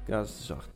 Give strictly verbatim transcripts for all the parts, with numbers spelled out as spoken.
Ja, dat is te zacht.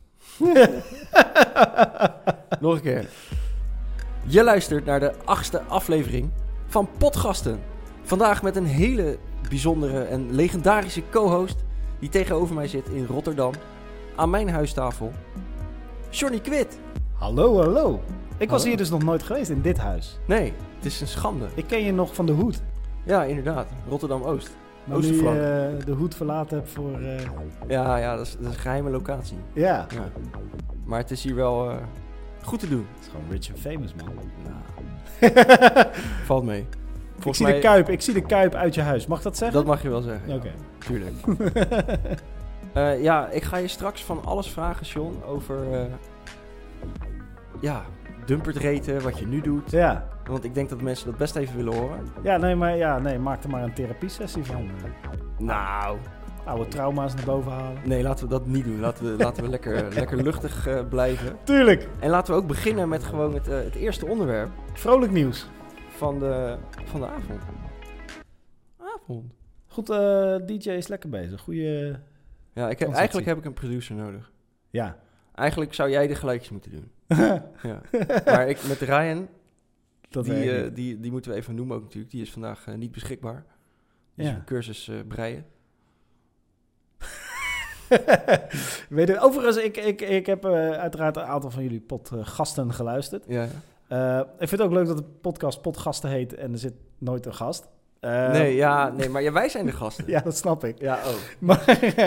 Nog een keer. Je luistert naar de achtste aflevering van Podgasten. Vandaag met een hele bijzondere en legendarische co-host die tegenover mij zit in Rotterdam. Aan mijn huistafel, Johnny Quid. Hallo, hallo. Ik Hallo. was hier dus nog nooit geweest in dit huis. Nee, het is een schande. Ik ken je nog van de hoed. Ja, inderdaad. Rotterdam-Oost. Maar nu Oosterflank. je uh, de hoed verlaten hebt voor... Uh... Ja, ja dat, is, dat is een geheime locatie. Ja. Ja. Maar het is hier wel uh, goed te doen. Het is gewoon rich and famous, man. Nou, valt mee. Volgens ik, zie mij... de kuip, ik zie de kuip uit je huis. Mag dat zeggen? Dat mag je wel zeggen. Oké. Okay. Tuurlijk. uh, ja, ik ga je straks van alles vragen, John, over... Uh, ja, dumpertraten, wat je nu doet. Ja. Want ik denk dat mensen dat best even willen horen. Ja, nee, maar ja, nee, maak er maar een therapiesessie van. Nou... Oude trauma's naar boven halen. Nee, laten we dat niet doen. Laten we, laten we lekker, lekker luchtig uh, blijven. Tuurlijk. En laten we ook beginnen met gewoon het, uh, het eerste onderwerp. Vrolijk nieuws. Van de, van de avond. Avond. Goed, uh, D J is lekker bezig. Goeie... Ja, ik heb, eigenlijk heb ik een producer nodig. Ja. Eigenlijk zou jij de geluidjes moeten doen. Ja. Maar ik, met Ryan, dat die, uh, die, die moeten we even noemen ook natuurlijk. Die is vandaag uh, niet beschikbaar. Dus ja. Een cursus uh, breien. Weet je, overigens, ik, ik, ik heb uh, uiteraard een aantal van jullie podgasten geluisterd. Ja. Uh, ik vind het ook leuk dat de podcast Podgasten heet en er zit nooit een gast. Uh, nee, ja, nee, maar ja, wij zijn de gasten. Ja, dat snap ik. Ja, oh. Maar, uh,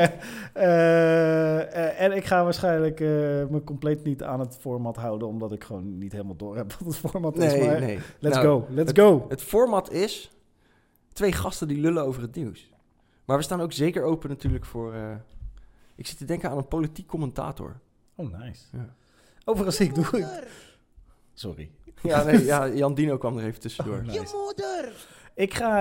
uh, en ik ga waarschijnlijk uh, me compleet niet aan het format houden, omdat ik gewoon niet helemaal door heb wat het format nee, is. Maar nee, let's nou, go, let's het, go. Het format is twee gasten die lullen over het nieuws. Maar we staan ook zeker open natuurlijk voor... Uh, ik zit te denken aan een politiek commentator. Oh, nice. Ja. Overigens, ik doe... Ik... Sorry. Ja, nee, ja, Jan Dino kwam er even tussendoor. Oh, nice. Je moeder! Ik ga...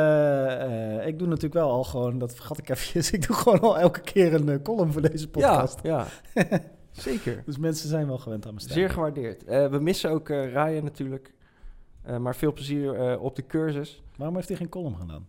Uh, uh, ik doe natuurlijk wel al gewoon... Dat vergat ik even. Ik doe gewoon al elke keer een uh, column voor deze podcast. Ja, ja. Zeker. Dus mensen zijn wel gewend aan mijn stem. Zeer gewaardeerd. Uh, we missen ook uh, Ryan natuurlijk. Uh, maar veel plezier uh, op de cursus. Waarom heeft hij geen column gedaan?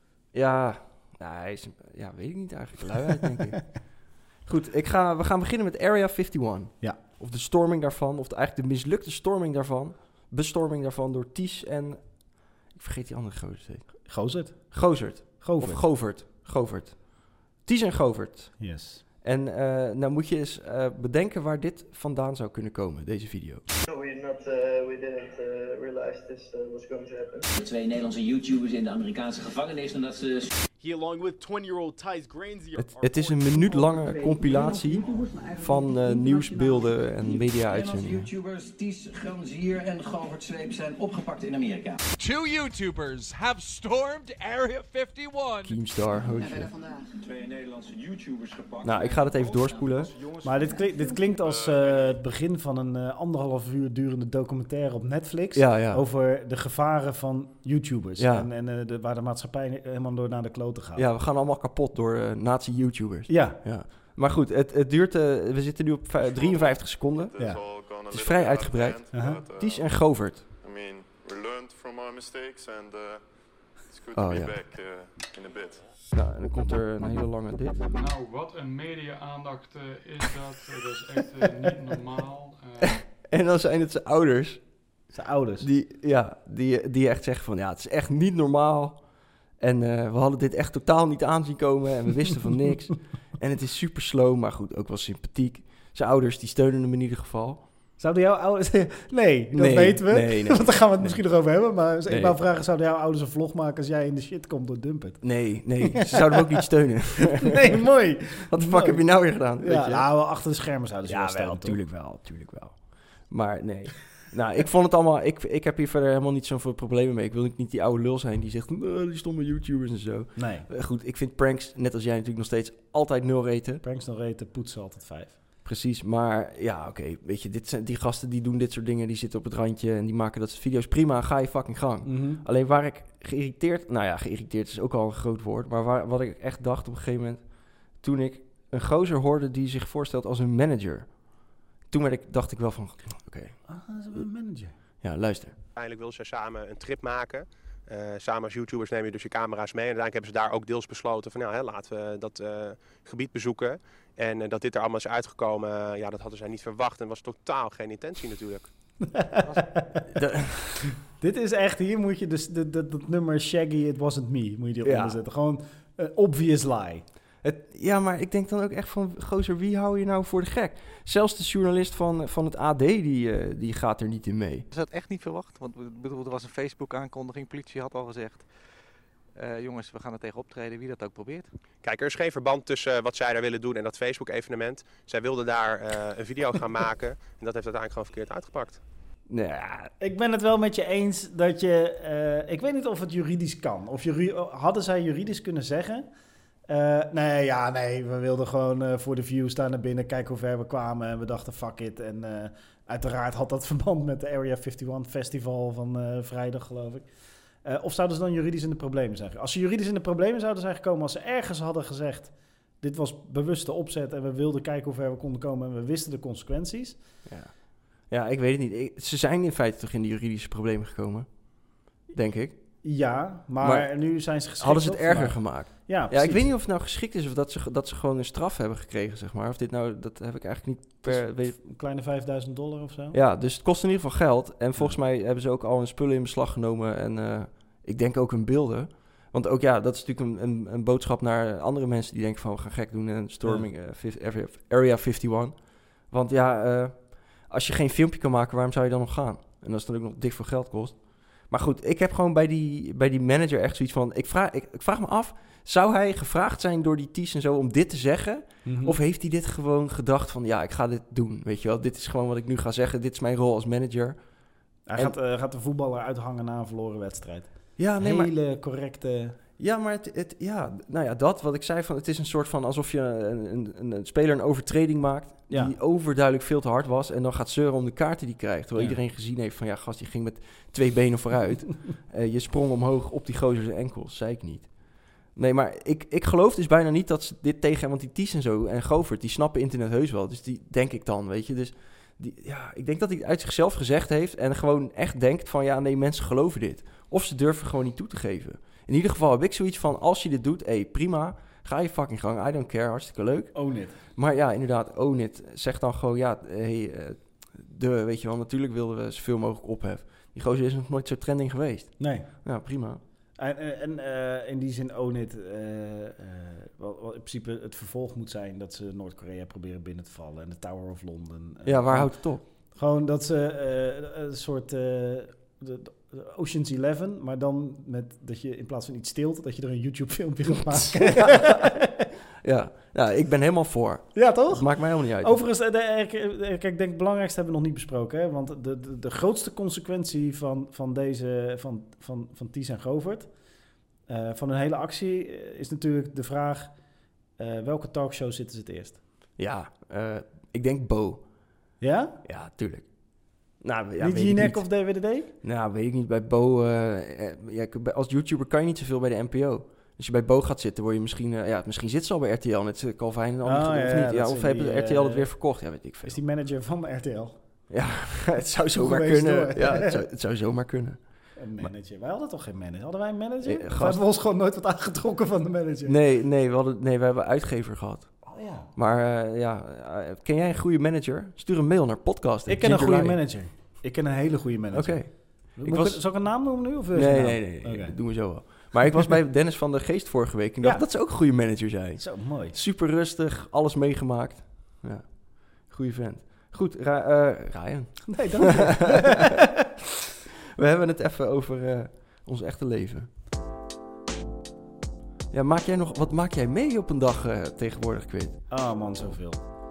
Ja, nou, hij is... Ja, weet ik niet eigenlijk. Luiheid, denk ik. Goed, ik ga, we gaan beginnen met Area eenenvijftig. Ja. Of de storming daarvan, of de, eigenlijk de mislukte storming daarvan. Bestorming daarvan door Ties en... Ik vergeet die andere gozer. Gozert. Gozert. Govert. Of Govert. Govert. Ties en Govert. Yes. En uh, nou moet je eens uh, bedenken waar dit vandaan zou kunnen komen, deze video. No, we, not, uh, we didn't uh, realize this uh, was going to happen. De twee Nederlandse YouTubers in de Amerikaanse gevangenis omdat ze... He along with twenty-year-old Tice Grainsy. Het, het is een minuut lange compilatie van uh, nieuwsbeelden en media-uitzendingen. YouTubers Ties, Granzier en Govert Zweep zijn opgepakt in Amerika. Two YouTubers have stormed Area eenenvijftig. Keemstar, hootje. Twee Nederlandse YouTubers gepakt. Nou, ik ga het even doorspoelen. Maar dit, klink, dit klinkt als uh, het begin van een uh, anderhalf uur durende documentaire op Netflix. Ja, ja. Over de gevaren van YouTubers. Ja. En, en uh, de, waar de maatschappij helemaal door naar de kloten gaat. Ja, we gaan allemaal kapot door uh, nazi-YouTubers. Ja. ja. Maar goed, het, het duurt... Uh, we zitten nu op drieënvijftig seconden. Ja. Het is vrij uitgebreid. Uh-huh. Ties en Govert. I mean, we learned from our mistakes and uh, it's good Oh, to be ja. back uh, in a bit. Nou, en dan komt er een hele lange dit. Nou, wat een media-aandacht uh, is dat. Uh, dat is echt uh, niet normaal. Uh... En dan zijn het zijn ouders. Zijn ouders? Die, ja, die, die echt zeggen van, ja, het is echt niet normaal. En uh, we hadden dit echt totaal niet aanzien komen en we wisten van niks. En het is super slow, maar goed, ook wel sympathiek. Zijn ouders, die steunen hem in ieder geval. Zouden jouw ouders... Nee, dat nee, weten we. Nee, nee, Want daar gaan we het nee. misschien nog over hebben. Maar als nee. ik wou vragen, zouden jouw ouders een vlog maken als jij in de shit komt door Dumpet? Nee, nee. Ze zouden hem ook niet steunen. Nee, mooi. Wat de fuck heb je nou weer gedaan? Ja, weet je? nou, achter de schermen zouden ze ja, wel steunen, wel, toch? tuurlijk wel, tuurlijk wel. Maar nee. Nou, ik vond het allemaal... Ik, ik heb hier verder helemaal niet zoveel problemen mee. Ik wil niet die oude lul zijn die zegt... Oh, die stomme YouTubers en zo. Nee. Uh, goed, ik vind pranks, net als jij natuurlijk nog steeds, altijd nul reten. Pranks nul reten, poetsen altijd vijf. Precies, maar ja, oké. Okay, weet je, dit zijn, die gasten die doen dit soort dingen... die zitten op het randje en die maken dat soort video's. Prima, ga je fucking gang. Mm-hmm. Alleen waar ik geïrriteerd... Nou ja, geïrriteerd is ook al een groot woord. Maar waar, wat ik echt dacht op een gegeven moment... toen ik een gozer hoorde die zich voorstelt als een manager... toen werd ik, dacht ik wel van... Oké. Okay. Ah, dat is wel een manager. Ja, luister. Uiteindelijk wil ze samen een trip maken Uh, samen als YouTubers neem je dus je camera's mee. En uiteindelijk hebben ze daar ook deels besloten van nou, hè, laten we dat uh, gebied bezoeken. En uh, dat dit er allemaal is uitgekomen, uh, ja, dat hadden zij niet verwacht. En was totaal geen intentie natuurlijk. Dit is echt, hier moet je dus dat, dat, dat nummer Shaggy, It Wasn't Me, moet je die Ja. eronder zetten. Gewoon een obvious lie. Het, ja, maar ik denk dan ook echt van, gozer, wie hou je nou voor de gek? Zelfs de journalist van, van het A D, die, uh, die gaat er niet in mee. Is dat echt niet verwacht? Want ik bedoel, er was een Facebook-aankondiging, politie had al gezegd... Uh, jongens, we gaan er tegen optreden, wie dat ook probeert. Kijk, er is geen verband tussen wat zij daar willen doen en dat Facebook-evenement. Zij wilden daar uh, een video gaan maken en dat heeft uiteindelijk gewoon verkeerd uitgepakt. Nou ja, Ik ben het wel met je eens dat je... Uh, ik weet niet of het juridisch kan. Of juri- hadden zij juridisch kunnen zeggen... Uh, nee, ja, nee, we wilden gewoon uh, voor de view staan naar binnen, kijken hoe ver we kwamen. En we dachten, fuck it. En uh, uiteraard had dat verband met de Area eenenvijftig Festival van uh, vrijdag, geloof ik. Uh, of zouden ze dan juridisch in de problemen zijn? Als ze juridisch in de problemen zouden zijn gekomen, als ze ergens hadden gezegd... dit was bewuste opzet en we wilden kijken hoe ver we konden komen... en we wisten de consequenties. ja. ja, ik weet het niet. Ik, ze zijn in feite toch in de juridische problemen gekomen, denk ik. Ja, maar, Maar nu zijn ze geschikt. Hadden ze het op erger vandaag. gemaakt? Ja, Ja, precies. ik weet niet of het nou geschikt is of dat ze, dat ze gewoon een straf hebben gekregen, zeg maar. Of dit nou, dat heb ik eigenlijk niet per... Weet, Een kleine vijfduizend dollar of zo. ja, dus het kost in ieder geval geld. En volgens mij hebben ze ook al hun spullen in beslag genomen. En uh, ik denk ook hun beelden. Want ook ja, dat is natuurlijk een, een, een boodschap naar andere mensen die denken van... we gaan gek doen en storming uh, Area eenenvijftig. Want ja, uh, als je geen filmpje kan maken, waarom zou je dan nog gaan? En als het dan ook nog dik veel geld kost. Maar goed, ik heb gewoon bij die, bij die manager echt zoiets van... Ik vraag, ik, ik vraag me af, zou hij gevraagd zijn door die Ties en zo om dit te zeggen? Mm-hmm. Of heeft hij dit gewoon gedacht van... ja, ik ga dit doen, weet je wel. Dit is gewoon wat ik nu ga zeggen. Dit is mijn rol als manager. Hij En- gaat, uh, gaat de voetballer uithangen na een verloren wedstrijd. Ja, nee, maar... Hele correcte... Ja, maar het, het, ja, nou ja, dat wat ik zei, van, het is een soort van alsof je een, een, een, een speler een overtreding maakt... Ja. die overduidelijk veel te hard was... en dan gaat zeuren om de kaarten die hij krijgt. Terwijl Ja. iedereen gezien heeft van... ja, gast, die ging met twee benen vooruit. uh, je sprong omhoog op die gozer zijn enkels, zei ik niet. Nee, maar ik, ik geloof dus bijna niet dat ze dit tegen... want die Ties en zo en Govert, die snappen internet heus wel. Dus die denk ik dan, weet je. Dus die, ja, ik denk dat hij het uit zichzelf gezegd heeft... en gewoon echt denkt van... ja, nee, mensen geloven dit. Of ze durven gewoon niet toe te geven. In ieder geval heb ik zoiets van... als je dit doet, hé, hey, prima... Ga je fucking gang, I don't care, hartstikke leuk. Own it. Maar ja, inderdaad, own it. Zeg dan gewoon, ja, hey, uh, de, weet je wel, natuurlijk wilden we zoveel mogelijk ophef. Die gozer is nog nooit zo trending geweest. Nee. Ja, prima. En, en, en uh, in die zin own it, uh, uh, wat, wat in principe het vervolg moet zijn... dat ze Noord-Korea proberen binnen te vallen en de Tower of London. Uh, Ja, waar houdt het op? Gewoon dat ze uh, een soort... Uh, de, de Ocean's Eleven, maar dan met dat je in plaats van iets stilt, dat je er een YouTube-filmpje gaat maken. Ja, ja, ik ben helemaal voor. Ja, toch? Dat maakt mij helemaal niet uit. Overigens, de, de, kijk, ik denk het belangrijkste hebben we nog niet besproken. Hè? Want de, de, de grootste consequentie van, van deze, van, van, van Ties en Govert, uh, van hun hele actie, is natuurlijk de vraag, uh, welke talkshow zitten ze het eerst? Ja, uh, ik denk Bo. Ja? Ja, tuurlijk. Nou, ja, niet weet ik Jinek niet. of D W D D? Nou, weet ik niet. Bij Bo, uh, ja, als YouTuber kan je niet zoveel bij de N P O. Als je bij Bo gaat zitten, word je misschien... Uh, ja, misschien zit ze al bij R T L met uh, Calvin en al die Oh, gedoe, ja, of ja, niet. Ja, dat of zijn hebben die, R T L het uh, weer verkocht? Ja, weet ik veel. Is die manager van R T L? Ja, het zou zomaar Geweest kunnen. door. Ja, het zou, het zou zomaar kunnen. Een manager. Wij hadden toch geen manager? Hadden wij een manager? Eh, Of gast. hebben we ons gewoon nooit wat aangetrokken van de manager? Nee, nee, we, hadden, nee we hebben een uitgever gehad. Oh ja. Maar uh, ja, uh, ken jij een goede manager? Stuur een mail naar podcast. Ik ken een goede manager. Ik ken een hele goede manager. Oké. Okay. Ik was... Zal ik een naam noemen nu? Of wil je nee, naam? nee, nee, nee. Okay. Dat doen we zo wel. Maar ik was bij Dennis van der Geest vorige week en dacht Ja. dat ze ook een goede manager zijn. Zo, mooi. Super rustig, alles meegemaakt. Ja, goede vent. Goed, Ra- uh, Ryan. Nee, dank je. We hebben het even over uh, ons echte leven. Ja, maak jij nog, wat maak jij mee op een dag uh, tegenwoordig, Quid? Oh man, zoveel.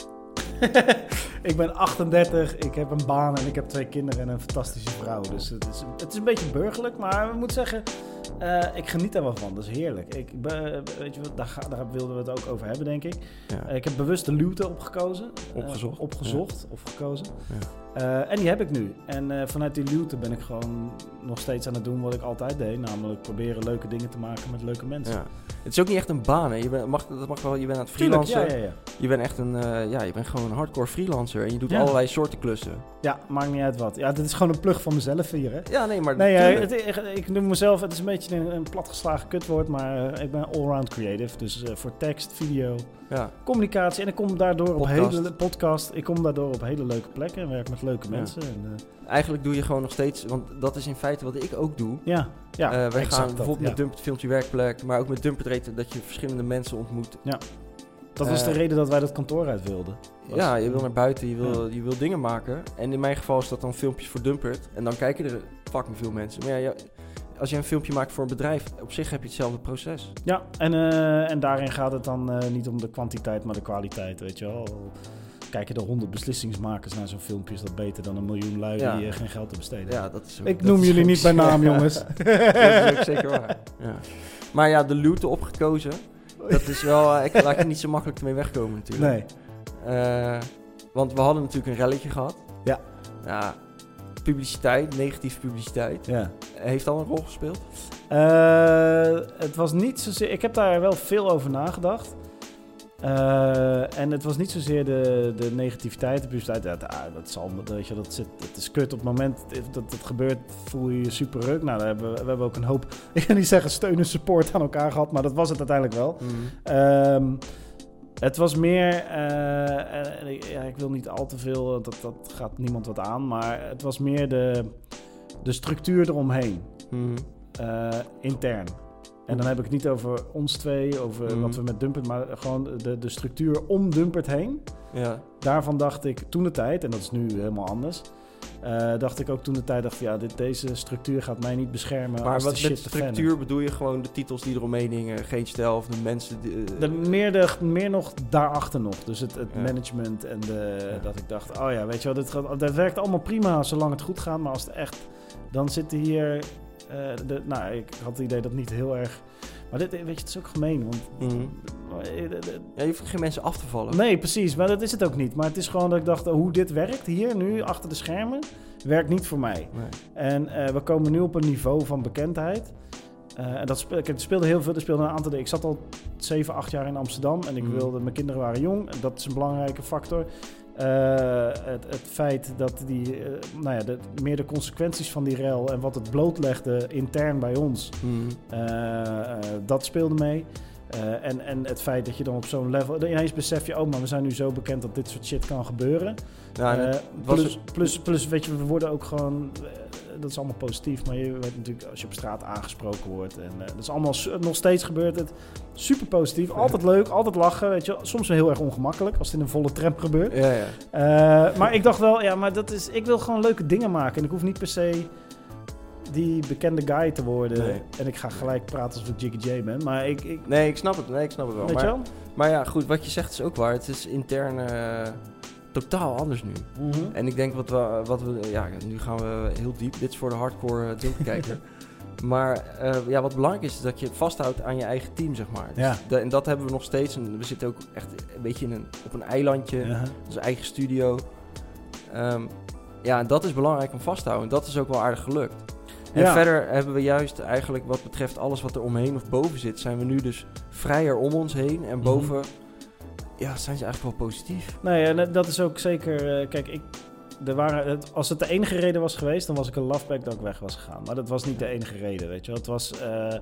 Ik ben achtendertig, ik heb een baan en ik heb twee kinderen en een fantastische vrouw. Dus het is, het is een beetje burgerlijk, maar we moeten zeggen, uh, ik geniet daar wel van. Dat is heerlijk. Ik, uh, weet je wat, daar, ga, daar wilden we het ook over hebben, denk ik. Ja. Uh, ik heb bewust de luwte opgekozen. Opgezocht. Uh, opgezocht ja. of gekozen. Ja. Uh, en die heb ik nu. En uh, vanuit die luwte ben ik gewoon nog steeds aan het doen wat ik altijd deed. Namelijk proberen leuke dingen te maken met leuke mensen. Ja. Het is ook niet echt een baan, hè? Je bent, mag, dat mag wel, je bent aan het freelancen. Tuurlijk, ja, ja, ja. Je bent echt een, uh, ja, je bent gewoon een hardcore freelancer. freelancer en je doet Ja. allerlei soorten klussen. Ja, maakt niet uit wat. Ja, dit is gewoon een plug van mezelf hier, hè? Ja, nee, maar Nee, uh, tuurlijk. het, ik, ik noem mezelf, het is een beetje een, een platgeslagen kutwoord, maar uh, ik ben allround creative. Dus uh, voor tekst, video, Ja. communicatie. En ik kom daardoor Podcast. op hele podcast. Ik kom daardoor op hele leuke plekken en werk met leuke Ja. mensen. En, uh, Eigenlijk doe je gewoon nog steeds, want dat is in feite wat ik ook doe. ja, ja. Uh, wij exact gaan dat, bijvoorbeeld ja. met Dumpert Filmpje Werkplek, maar ook met Dumpert Eten, dat je verschillende mensen ontmoet. Dat was Uh, de reden dat wij dat kantoor uit wilden. Was- Ja, je wil naar buiten, je wil, je wil dingen maken. En in mijn geval is dat dan filmpjes voor Dumpert. En dan kijken er fucking veel mensen. Maar ja, ja, als je een filmpje maakt voor een bedrijf, op zich heb je hetzelfde proces. Ja, en, uh, en daarin gaat het dan uh, niet om de kwantiteit, maar de kwaliteit, weet je wel. Kijken er honderd beslissingsmakers naar zo'n filmpje, is dat beter dan een miljoen lui Ja. die uh, geen geld te besteden. Ja, dat is ook, Ik dat noem is jullie ook- niet bij naam, jongens. dat is ook zeker waar. Ja. Maar ja, de Lute opgekozen. Dat is wel, uh, ik laat je niet zo makkelijk ermee wegkomen natuurlijk. Nee. Uh, want we hadden natuurlijk een relletje gehad. Ja. Ja, publiciteit, negatieve publiciteit. Ja. Heeft al een rol gespeeld? Uh, het was niet zozeer... Ik heb daar wel veel over nagedacht. Uh, en het was niet zozeer de, de negativiteit, de publiciteit. Ja, dat, dat, zal, weet je, dat, zit, dat is kut. Op het moment dat het gebeurt, voel je je super ruk. Nou, daar hebben we, we hebben ook een hoop... Ik ga niet zeggen steun en support aan elkaar gehad, maar dat was het uiteindelijk wel. Mm. Um, het was meer... Uh, en ik, ja, ik wil niet al te veel... Dat, dat gaat niemand wat aan. Maar het was meer de, de structuur eromheen. Mm. Uh, intern. En dan heb ik het niet over ons twee, over Mm. wat we met Dumpert, maar gewoon de, de structuur om Dumpert heen. Ja. Daarvan dacht ik toen de tijd, en dat is nu helemaal anders, uh, dacht ik ook toen de tijd, dacht ja, dit, deze structuur gaat mij niet beschermen. Maar als wat de met shit te structuur fannen. bedoel je gewoon de titels die eromheen hingen, geen stijl of de mensen... Die, uh, De, meer, de, meer nog daarachter nog. Dus het, het Ja. management en de, Ja. dat ik dacht, oh ja, weet je wel, dit, gaat, dat werkt allemaal prima zolang het goed gaat. Maar als het echt, dan zitten hier, uh, de, nou, ik had het idee dat niet heel erg... Maar dit, weet je, het is ook gemeen, want... mm. Ja, je hoeft geen mensen af te vallen. Nee, precies, maar dat is het ook niet. Maar het is gewoon dat ik dacht, hoe dit werkt hier nu achter de schermen, werkt niet voor mij. Nee. En uh, we komen nu op een niveau van bekendheid. Uh, en dat speelde, het speelde heel veel, er speelde een aantal dingen. Ik zat al zeven, acht jaar in Amsterdam en ik Mm. wilde, mijn kinderen waren jong. En dat is een belangrijke factor. Uh, het, het feit dat die, uh, nou ja, de, meer de consequenties van die rel en wat het blootlegde intern bij ons, Mm. uh, uh, dat speelde mee. Uh, en, en het feit dat je dan op zo'n level... Ineens besef je, oh, maar we zijn nu zo bekend dat dit soort shit kan gebeuren. Ja, Uh, het was plus, het- plus, plus, weet je, we worden ook gewoon... Uh, dat is allemaal positief, maar je weet natuurlijk als je op straat aangesproken wordt. En uh, dat is allemaal su- nog steeds gebeurt het. Super positief, altijd leuk, altijd lachen, weet je. Soms wel heel erg ongemakkelijk als het in een volle tram gebeurt. Ja, ja. Uh, maar ik dacht wel, ja, maar dat is... Ik wil gewoon leuke dingen maken en ik hoef niet per se die bekende guy te worden. Nee. En ik ga gelijk praten alsof ik Jiggy J ben, maar ik... ik Nee, ik snap het. Nee, ik snap het wel. weet je Maar, wel? maar ja, goed, wat je zegt is ook waar. Het is intern uh, totaal anders nu. Mm-hmm. En ik denk wat we, wat we... Ja, nu gaan we heel diep. Dit is voor de hardcore uh, Dumpert-kijker. Maar uh, ja, wat belangrijk is, is dat je vasthoudt aan je eigen team, zeg maar. Dus Ja. de, en dat hebben we nog steeds. En we zitten ook echt een beetje in een, op een eilandje. Ja. Onze eigen studio. Um, ja, en dat is belangrijk om vast te houden. Dat is ook wel aardig gelukt. En Ja. verder hebben we juist eigenlijk wat betreft alles wat er omheen of boven zit, zijn we nu dus vrijer om ons heen. En boven, Mhm. ja, zijn ze eigenlijk wel positief. Nee, en dat is ook zeker... Uh, kijk, ik, er waren, het, als het de enige reden was geweest, dan was ik een loveback dat ik weg was gegaan. Maar dat was niet de enige reden, weet je wel. Het was uh, uh,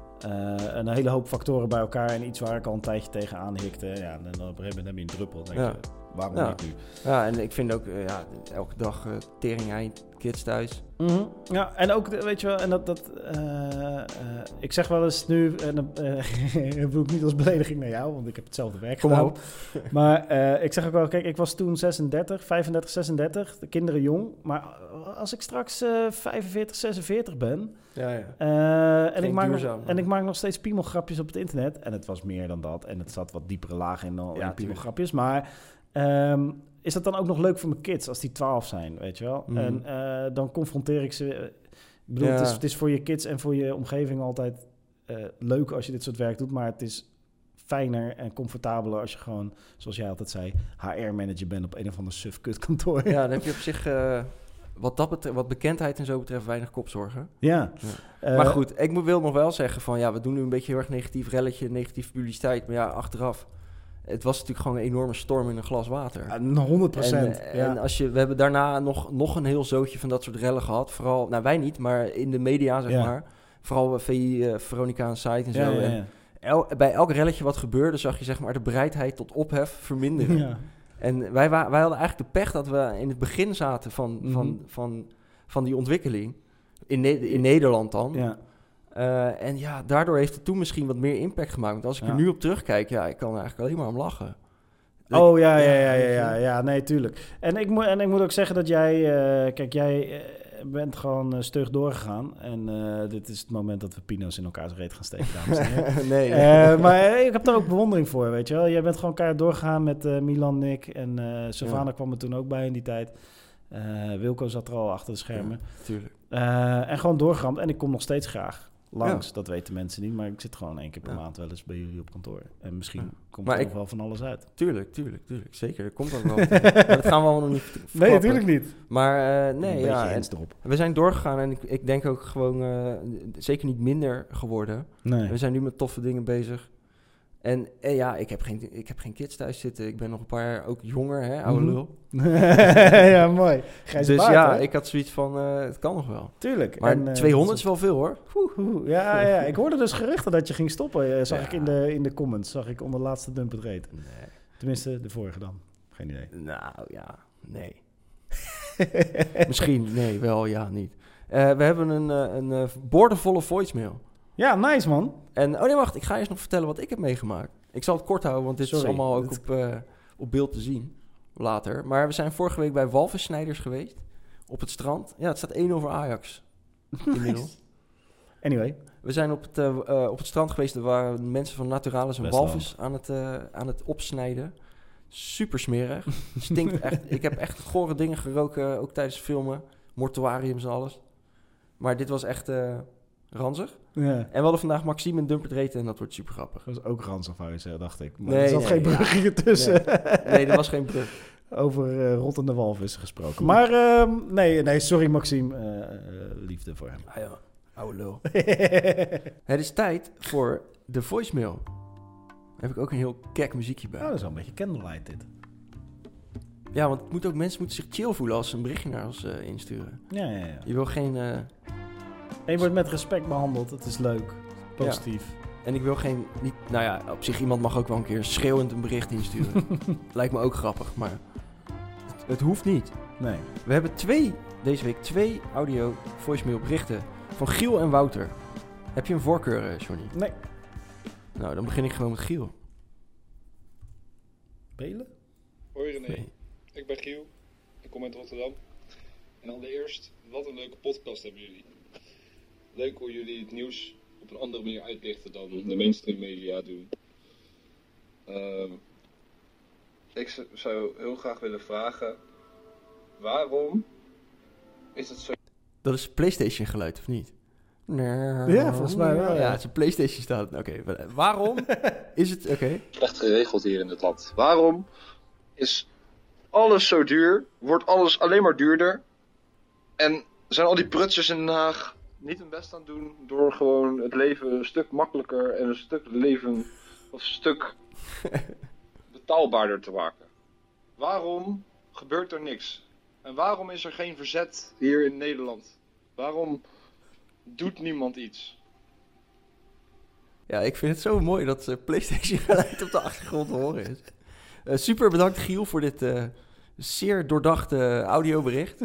een hele hoop factoren bij elkaar en iets waar ik al een tijdje tegenaan hikte. Ja, en dan op een gegeven moment heb je een druppel. Dan denk Ja. je, waarom Ja. niet nu? Ja, en ik vind ook, uh, ja, elke dag uh, tering eind, kids thuis. Mm-hmm. Ja, en ook, weet je wel, en dat, dat uh, uh, ik zeg wel eens nu, en uh, dat bedoel ik niet als belediging naar jou, want ik heb hetzelfde werk Kom gedaan. op. Maar uh, ik zeg ook wel, kijk, ik was toen zesendertig, vijfendertig, zesendertig, de kinderen jong. Maar als ik straks uh, vijfenveertig, zesenveertig ben, Ja, ja. uh, en, Geen ik maak duurzaam, nog, en ik maak nog steeds piemelgrapjes op het internet. En het was meer dan dat, en het zat wat diepere lagen in dan Ja, in piemelgrapjes. Maar... Um, is dat dan ook nog leuk voor mijn kids als die twaalf zijn, weet je wel? Mm. En uh, dan confronteer ik ze... Ik bedoel, Ja. het, is, het is voor je kids en voor je omgeving altijd uh, leuk als je dit soort werk doet, maar het is fijner en comfortabeler als je gewoon, zoals jij altijd zei, H R-manager bent op een of ander suf kutkantoor. Ja, dan heb je op zich, uh, wat dat betreft, wat bekendheid en zo betreft, weinig kopzorgen. Ja. ja. Uh, maar goed, ik wil nog wel zeggen van, ja, we doen nu een beetje heel erg negatief relletje, negatieve publiciteit, maar ja, achteraf... het was natuurlijk gewoon een enorme storm in een glas water. Ja, honderd procent. En, ja. en als je, we hebben daarna nog, nog een heel zootje van dat soort rellen gehad. Vooral, nou wij niet, maar in de media zeg Ja. maar. Vooral V I, uh, Veronica aan site en zo. Ja, ja, ja. En el, bij elk relletje wat gebeurde, zag je zeg maar de bereidheid tot ophef verminderen. Ja. En wij, wa- wij hadden eigenlijk de pech dat we in het begin zaten van, Mhm. van, van, van die ontwikkeling. In, Ne- in Nederland dan. Ja. Uh, en ja, daardoor heeft het toen misschien wat meer impact gemaakt. Want als ik Ja. er nu op terugkijk, ja, ik kan er eigenlijk alleen maar om lachen. Oh ja, ja, Ja, ja, ja, weet je. ja, ja, nee, tuurlijk. En ik, moet en ik moet ook zeggen dat jij, uh, kijk, jij uh, bent gewoon uh, stug doorgegaan. En uh, dit is het moment dat we pino's in elkaars reet gaan steken, dames en heren. nee, nee. Uh, maar ik heb daar ook bewondering voor, weet je wel. Jij bent gewoon keihard doorgegaan met uh, Milan, Nick en uh, Savannah Ja. kwam er toen ook bij in die tijd. Uh, Wilco zat er al achter de schermen. Ja, tuurlijk. Uh, en gewoon doorgeramd. En ik kom nog steeds graag langs. Ja. Dat weten mensen niet. Maar ik zit gewoon één keer per Ja. maand wel eens bij jullie op kantoor. En misschien Ja. komt Maar er ik- nog wel van alles uit. Tuurlijk, tuurlijk, tuurlijk. Zeker, dat komt ook wel. Maar dat gaan we allemaal nog niet verklappen. Nee, natuurlijk niet. Maar uh, Een nee, beetje ja. En eens erop. we zijn doorgegaan en ik, ik denk ook gewoon uh, zeker niet minder geworden. Nee. We zijn nu met toffe dingen bezig. En eh, ja, ik heb, geen, ik heb geen kids thuis zitten. Ik ben nog een paar jaar ook jonger, hè, oude Mhm. lul. Ja, mooi. Grijze Dus baard, ja, hè? ik had zoiets van, uh, het kan nog wel. Tuurlijk. Maar En, uh, tweehonderd is wel veel, hoor. Oeh, ja, ja, ik hoorde dus geruchten dat je ging stoppen. Uh, zag Ja. ik in de, in de comments. Zag ik onder laatste Dump It Rate. Nee. Tenminste, de vorige dan. Geen idee. Nou, ja, nee. Misschien, nee, wel, ja, niet. Uh, we hebben een, uh, een uh, boordevolle voicemail. Ja, nice, man. En, oh nee, wacht, ik ga eerst nog vertellen wat ik heb meegemaakt. Ik zal het kort houden, want dit Sorry, is allemaal ook dit- op, uh, op beeld te zien later. Maar we zijn vorige week bij walvissnijders geweest, op het strand. Ja, het staat één nul voor Ajax, inmiddels. Anyway. We zijn op het, uh, uh, op het strand geweest, er waren mensen van Naturalis een Best walvis aan het, uh, aan het opsnijden. Super smerig. Stinkt echt. Ik heb echt gore dingen geroken, ook tijdens filmen. Mortuariums en alles. Maar dit was echt uh, ranzig. Ja. En we hadden vandaag Maxime en Dump It Rate en dat wordt super grappig. Dat was ook ranzig, wou je zeggen, dacht ik. Maar Nee, er zat nee, geen bruggetje ja. tussen. Nee. Nee, er was geen brug. Over uh, rottende walvissen gesproken. Maar uh, nee, nee, sorry Maxime. Uh, uh, liefde voor hem. Ah ja, oude lul. Het is tijd voor de voicemail. Daar heb ik ook een heel kek muziekje bij. Oh, dat is wel een beetje candlelight dit. Ja, want het moet ook, mensen moeten zich chill voelen als ze een berichtje naar ons uh, insturen. Ja, ja, ja. Je wil geen... Uh... En je wordt met respect behandeld. Het is leuk. Positief. Ja. En ik wil geen... Niet, nou ja, op zich iemand mag ook wel een keer schreeuwend een bericht insturen. Lijkt me ook grappig, maar... Het, het hoeft niet. Nee. We hebben twee, deze week twee audio voicemail berichten van Giel en Wouter. Heb je een voorkeur, uh, Johnny? Nee. Nou, dan begin ik gewoon met Giel. Belen? Hoi René, Nee. ik ben Giel, ik kom uit Rotterdam. En allereerst, wat een leuke podcast hebben jullie. Leuk hoe jullie het nieuws op een andere manier uitlichten dan de mainstream media doen. Uh, ik z- zou heel graag willen vragen, waarom is het zo... Dat is PlayStation geluid, of niet? Ja, volgens mij wel, ja. Ja, het is een PlayStation staat. Oké, okay, waarom is het... Oké. Okay. slecht geregeld hier in het land? Waarom is alles zo duur? Wordt alles alleen maar duurder? En zijn al die prutsers in Den Haag niet hun best aan het doen door gewoon het leven een stuk makkelijker en een stuk leven of een stuk betaalbaarder te maken? Waarom gebeurt er niks? En waarom is er geen verzet hier in Nederland? Waarom doet niemand iets? Ja, ik vind het zo mooi dat uh, PlayStation geluid op de achtergrond te horen is. Uh, super bedankt Giel voor dit uh, zeer doordachte audiobericht.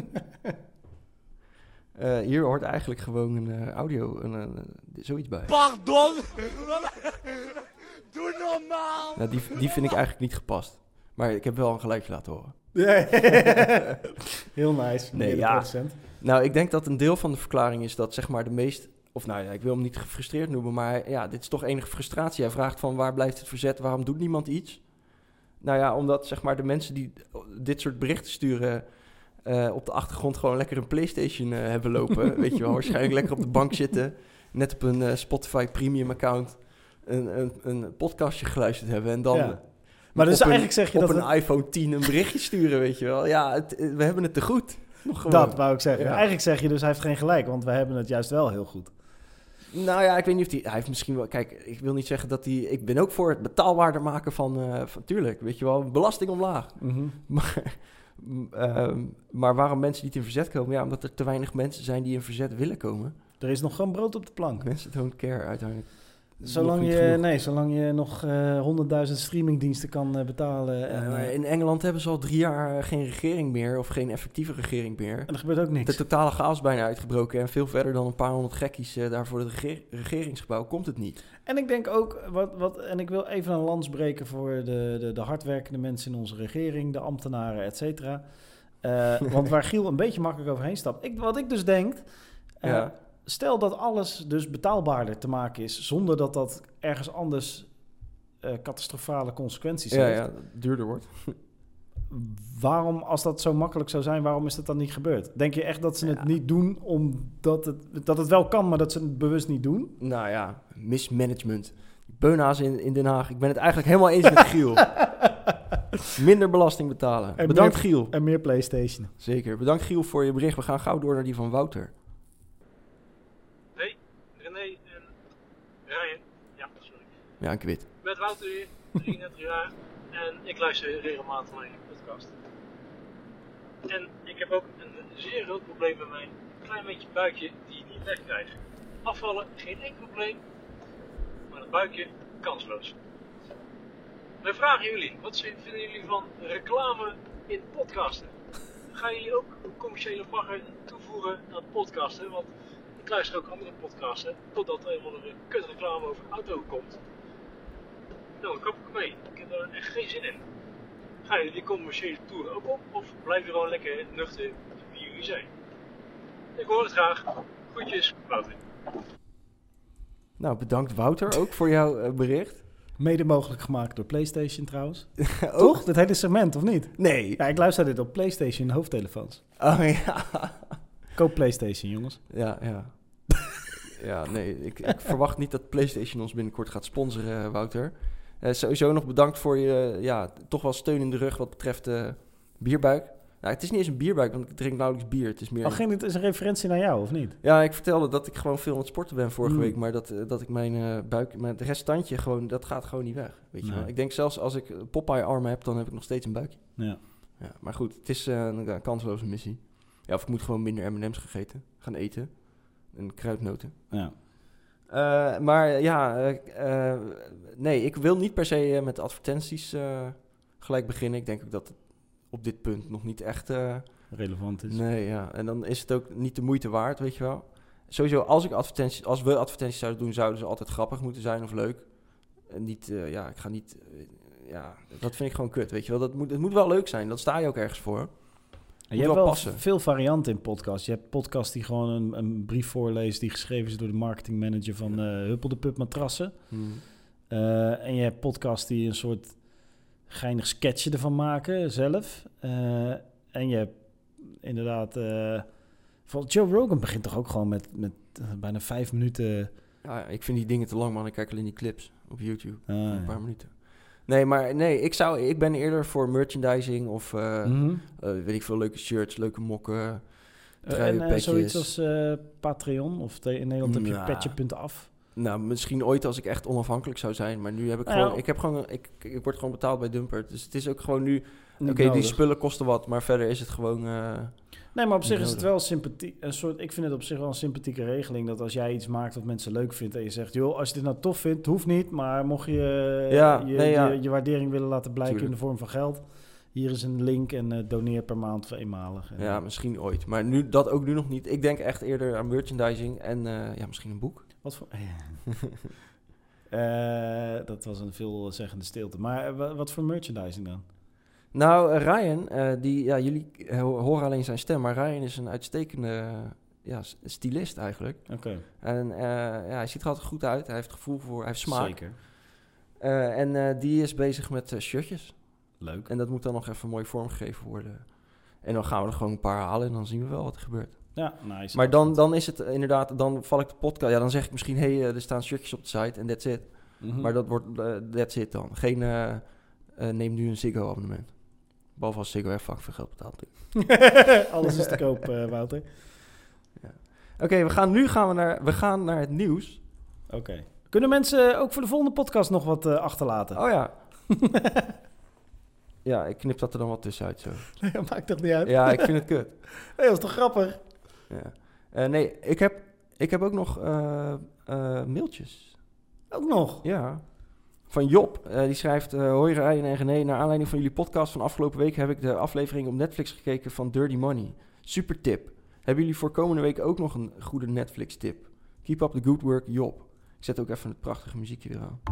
Uh, hier hoort eigenlijk gewoon een uh, audio, een, een, een, zoiets bij. Pardon? Doe normaal! Nou, die, die vind ik eigenlijk niet gepast. Maar ik heb wel een geluidje laten horen. Heel nice. Nee, ja. Nou, ik denk dat een deel van de verklaring is dat zeg maar de meest... Of nou ja, ik wil hem niet gefrustreerd noemen, maar ja, dit is toch enige frustratie. Hij vraagt van waar blijft het verzet, waarom doet niemand iets? Nou ja, omdat zeg maar de mensen die dit soort berichten sturen... Uh, op de achtergrond gewoon lekker een PlayStation uh, hebben lopen. Weet je wel, waarschijnlijk lekker op de bank zitten. Net op een uh, Spotify Premium account een, een, een podcastje geluisterd hebben. En dan ja. Maar dus op eigenlijk een, zeg je op dat een het... iPhone tien een berichtje sturen, weet je wel. Ja, het, we hebben het te goed. Nog dat wou ik zeggen. Ja. Eigenlijk zeg je dus hij heeft geen gelijk, want we hebben het juist wel heel goed. Nou ja, ik weet niet of hij... Hij heeft misschien wel... Kijk, ik wil niet zeggen dat hij... Ik ben ook voor het betaalbaarder maken van... Uh, van tuurlijk, weet je wel, belasting omlaag. Mm-hmm. Maar, um, maar waarom mensen niet in verzet komen? Ja, omdat er te weinig mensen zijn die in verzet willen komen. Er is nog gewoon brood op de plank. Mensen don't care uiteindelijk. Zolang je, nee, zolang je nog uh, honderdduizend streamingdiensten kan uh, betalen. En, uh, in Engeland hebben ze al drie jaar geen regering meer, of geen effectieve regering meer. En er gebeurt ook niks. De totale chaos bijna uitgebroken en veel verder dan een paar honderd gekkies uh, daar voor het reger- regeringsgebouw komt het niet. En ik denk ook, wat, wat, en ik wil even een lans breken voor de, de, de hardwerkende mensen in onze regering, de ambtenaren, et cetera. Uh, want waar Giel een beetje makkelijk overheen stapt. Ik, wat ik dus denk... Uh, ja. Stel dat alles dus betaalbaarder te maken is, zonder dat dat ergens anders uh, catastrofale consequenties ja, heeft. Ja, duurder wordt. Waarom, als dat zo makkelijk zou zijn, waarom is dat dan niet gebeurd? Denk je echt dat ze ja. het niet doen, omdat het, dat het wel kan, maar dat ze het bewust niet doen? Nou ja, mismanagement. Beuna's in, in Den Haag. Ik ben het eigenlijk helemaal eens met Giel. Minder belasting betalen. En Bedankt meer, Giel. En meer PlayStation. Zeker. Bedankt Giel voor je bericht. We gaan gauw door naar die van Wouter. Ja, ik weet. Met Wouter hier, drieëndertig jaar. En ik luister regelmatig naar je podcast. En ik heb ook een zeer groot probleem met mijn klein beetje buikje die je niet wegkrijgt. Afvallen, geen enkel probleem. Maar het buikje, kansloos. Mijn vraag aan jullie. Wat vinden jullie van reclame in podcasten? Gaan jullie ook commerciële bagger toevoegen aan podcasten? Want ik luister ook andere podcasten. Totdat er een of andere kutreclame over een auto komt. Nou, dan kap ik mee. Ik heb er echt geen zin in. Gaan jullie die commerciële tour ook op? Of blijven jullie gewoon lekker nuchter wie jullie zijn? Ik hoor het graag. Groetjes, Wouter. Nou, bedankt Wouter ook voor jouw uh, bericht. Mede mogelijk gemaakt door PlayStation trouwens. Toch? Dit hele segment, of niet? Nee. Ja, ik luister dit op PlayStation hoofdtelefoons. Oh ja. Koop PlayStation, jongens. Ja, ja. Ja, nee. Ik, ik verwacht niet dat PlayStation ons binnenkort gaat sponsoren, Wouter. Uh, sowieso nog bedankt voor je, ja, toch wel steun in de rug wat betreft uh, bierbuik. Nou, het is niet eens een bierbuik, want ik drink nauwelijks bier. Het is meer... Oh, ging dit is een referentie naar jou, of niet? Ja, ik vertelde dat ik gewoon veel aan het sporten ben vorige mm. week. Maar dat, uh, dat ik mijn uh, buik, mijn restantje gewoon, dat gaat gewoon niet weg. Weet je nee. wel? Ik denk zelfs als ik Popeye-armen heb, dan heb ik nog steeds een buikje. Ja. Ja, maar goed, het is uh, een, een kansloze missie. Ja, of ik moet gewoon minder M en M's gegeten, gaan eten. En kruidnoten. Ja. Uh, maar ja, uh, uh, nee, ik wil niet per se uh, met advertenties uh, gelijk beginnen. Ik denk ook dat het op dit punt nog niet echt... Uh, relevant is. Nee, ja. En dan is het ook niet de moeite waard, weet je wel. Sowieso, als, ik advertenties, als we advertenties zouden doen, zouden ze altijd grappig moeten zijn of leuk. En niet, uh, ja, ik ga niet... Uh, ja, dat vind ik gewoon kut, weet je wel. Dat moet, het moet wel leuk zijn, dat sta je ook ergens voor. Je hebt wel passen. veel varianten in podcasts. Je hebt podcasts die gewoon een, een brief voorlezen die geschreven is door de marketingmanager van uh, Huppel de Pup Matrassen. Hmm. Uh, en je hebt podcasts die een soort geinig sketchje ervan maken zelf. Uh, en je hebt inderdaad... Uh, Joe Rogan begint toch ook gewoon met, met uh, bijna vijf minuten... Ja, ik vind die dingen te lang, man. Ik kijk alleen die clips op YouTube. Ah, een ja. paar minuten. Nee, maar nee, ik, zou, ik ben eerder voor merchandising of uh, mm-hmm. uh, weet ik veel, leuke shirts, leuke mokken, truien, uh, en uh, zoiets als uh, Patreon of te, in Nederland heb je ja. petje punt af. Nou, misschien ooit als ik echt onafhankelijk zou zijn, maar nu heb ik nou, gewoon, ik heb gewoon, ik, ik word gewoon betaald bij Dumper, dus het is ook gewoon nu, oké, okay, die spullen kosten wat, maar verder is het gewoon... Uh, Nee, maar op zich is het wel sympathie, een soort. Ik vind het op zich wel een sympathieke regeling dat als jij iets maakt wat mensen leuk vinden en je zegt, joh, als je dit nou tof vindt, hoeft niet, maar mocht je ja, je, nee, ja. je, je waardering willen laten blijken Tuurlijk. in de vorm van geld, hier is een link en uh, doneer per maand voor eenmalig. Ja, misschien ooit, maar nu dat ook nu nog niet. Ik denk echt eerder aan merchandising en uh, ja, misschien een boek. Wat voor? uh, dat was een veelzeggende stilte. Maar uh, wat voor merchandising dan? Nou, uh, Ryan, uh, die, ja, jullie horen alleen zijn stem, maar Ryan is een uitstekende uh, ja, stylist eigenlijk. Oké. Okay. En uh, ja, hij ziet er altijd goed uit, hij heeft gevoel voor, hij heeft smaak. Zeker. Uh, en uh, die is bezig met uh, shirtjes. Leuk. En dat moet dan nog even mooi vormgegeven worden. En dan gaan we er gewoon een paar halen en dan zien we wel wat er gebeurt. Ja, nice. Maar dan, dan is het inderdaad, dan val ik de podcast, ja, dan zeg ik misschien, hé, hey, uh, er staan shirtjes op de site en that's it. Mm-hmm. Maar dat wordt, uh, that's it dan. Geen, uh, uh, neem nu een Ziggo abonnement. Behalve als Ziggo echt fucking veel geld betaalt. Alles is te koop, uh, Wouter. Ja. Oké, okay, we gaan nu gaan we naar, we gaan naar het nieuws. Oké. Okay. Kunnen mensen ook voor de volgende podcast nog wat uh, achterlaten? Oh ja. Ja, ik knip dat er dan wat tussenuit zo. Nee, dat maakt toch niet uit? Ja, ik vind het kut. Nee, dat is toch grappig? Ja. Uh, nee, ik heb, ik heb ook nog uh, uh, mailtjes. Ook nog? Ja. Van Job. Uh, die schrijft... Uh, hoi Ryan en René. Naar aanleiding van jullie podcast van afgelopen week... heb ik de aflevering op Netflix gekeken van Dirty Money. Super tip. Hebben jullie voor komende week ook nog een goede Netflix tip? Keep up the good work, Job. Ik zet ook even het prachtige muziekje weer aan.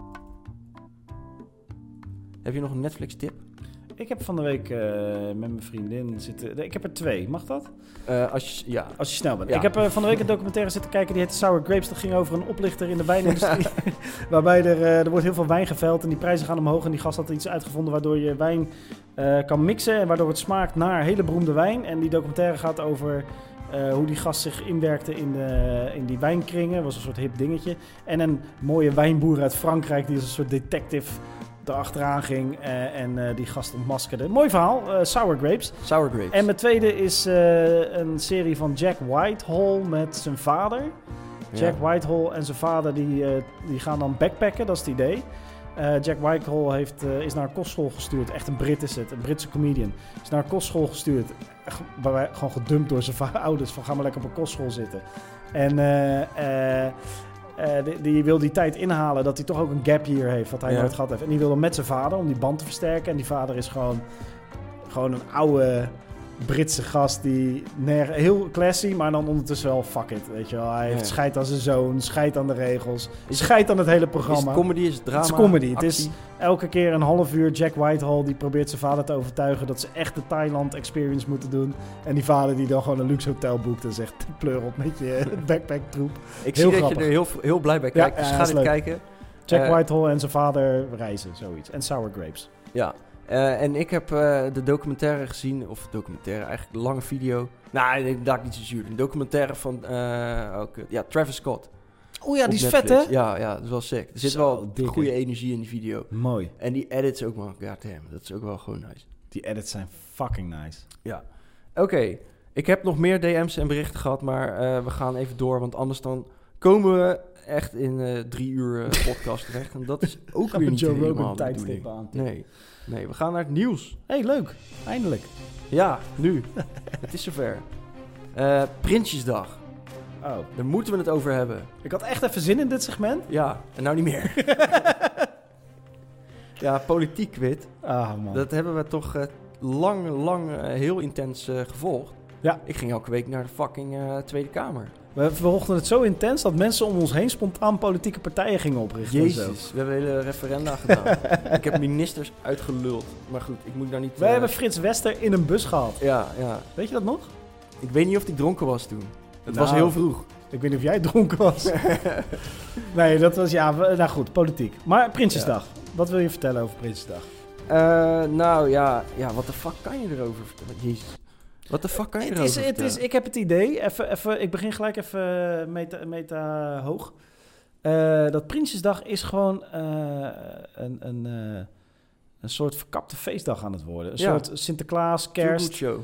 Heb je nog een Netflix tip? Ik heb van de week uh, met mijn vriendin zitten... Ik heb er twee, mag dat? Uh, als je, ja. Als je snel bent. Ja. Ik heb uh, van de week een documentaire zitten kijken... die heet Sour Grapes. Dat ging over een oplichter in de wijnindustrie. Waarbij er, uh, er wordt heel veel wijn geveld... en die prijzen gaan omhoog. En die gast had iets uitgevonden... waardoor je wijn uh, kan mixen... en waardoor het smaakt naar hele beroemde wijn. En die documentaire gaat over... Uh, hoe die gast zich inwerkte in, de, in die wijnkringen. Dat was een soort hip dingetje. En een mooie wijnboer uit Frankrijk... die als een soort detective... erachteraan ging uh, en uh, die gast ontmaskerde. Mooi verhaal, uh, Sour Grapes. Sour Grapes. En mijn tweede is uh, een serie van Jack Whitehall met zijn vader. Jack ja. Whitehall en zijn vader die, uh, die gaan dan backpacken, dat is het idee. Uh, Jack Whitehall heeft, uh, is naar een kostschool gestuurd. Echt een Brit is het, een Britse comedian. Is naar een kostschool gestuurd. Waarbij, gewoon gedumpt door zijn va- ouders. Van ga maar lekker op een kostschool zitten. En... Uh, uh, Uh, die, die wil die tijd inhalen dat hij toch ook een gap year heeft, wat hij ja. nooit gehad heeft. En die wil dan met zijn vader om die band te versterken. En die vader is gewoon, gewoon een oude Britse gast die ner- heel classy, maar dan ondertussen wel fuck it, weet je wel. Hij heeft ja. scheid aan zijn zoon, scheid aan de regels, scheid aan het hele programma. Is het comedy, is het drama, Het is comedy. actie? Het is elke keer een half uur Jack Whitehall die probeert zijn vader te overtuigen dat ze echt de Thailand experience moeten doen. En die vader die dan gewoon een luxe hotel boekt en zegt pleur op met je backpack troep. Ik heel zie grappig. dat je er heel, heel blij bij kijkt, ja, dus ja, ga dit leuk. kijken. Jack uh, Whitehall en zijn vader reizen, zoiets. En Sour Grapes. Ja. Uh, en ik heb uh, de documentaire gezien, of documentaire, eigenlijk een lange video. Nou, ik dacht niet zo zuur. Een documentaire van, uh, ook, ja, Travis Scott. Oh ja, die is Netflix. Vet, hè? Ja, ja, dat is wel sick. Er zit Zo, wel dikke. goede energie in die video. Mooi. En die edits ook, man. Goddamn, dat is ook wel gewoon nice. Die edits zijn fucking nice. Ja. Oké, okay. Ik heb nog meer D M's en berichten gehad, maar uh, we gaan even door, want anders dan komen we echt in uh, drie uur uh, podcast terecht. En dat is ook weer niet Joe helemaal de bedoeling. Aan. Nee. Nee, we gaan naar het nieuws. Hé, hey, leuk. Eindelijk. Ja, nu. Het is zover. Uh, Prinsjesdag. Oh. Daar moeten we het over hebben. Ik had echt even zin in dit segment. Ja, en nou niet meer. Ja, politiek, Wit. Ah, man. Dat hebben we toch uh, lang, lang uh, heel intens uh, gevolgd. Ja. Ik ging elke week naar de fucking uh, Tweede Kamer. We volgden het zo intens dat mensen om ons heen spontaan politieke partijen gingen oprichten. Jezus, we hebben hele referenda gedaan. Ik heb ministers uitgeluld. Maar goed, ik moet daar niet... Wij uh... hebben Frits Wester in een bus gehad. Ja, ja. Weet je dat nog? Ik weet niet of ik dronken was toen. Het nou, was heel vroeg. Ik weet niet of jij dronken was. Nee, dat was... Ja, nou goed, politiek. Maar Prinsjesdag. Ja. Wat wil je vertellen over Prinsjesdag? Uh, nou ja, ja, wat de fuck kan je erover vertellen? Jezus. Wat de fuck kan je het erover is, het is, Ik heb het idee, even, even, ik begin gelijk even meta, meta hoog. Uh, dat Prinsjesdag is gewoon uh, een, een, uh, een soort verkapte feestdag aan het worden. Een ja. soort Sinterklaas, Kerst, uh,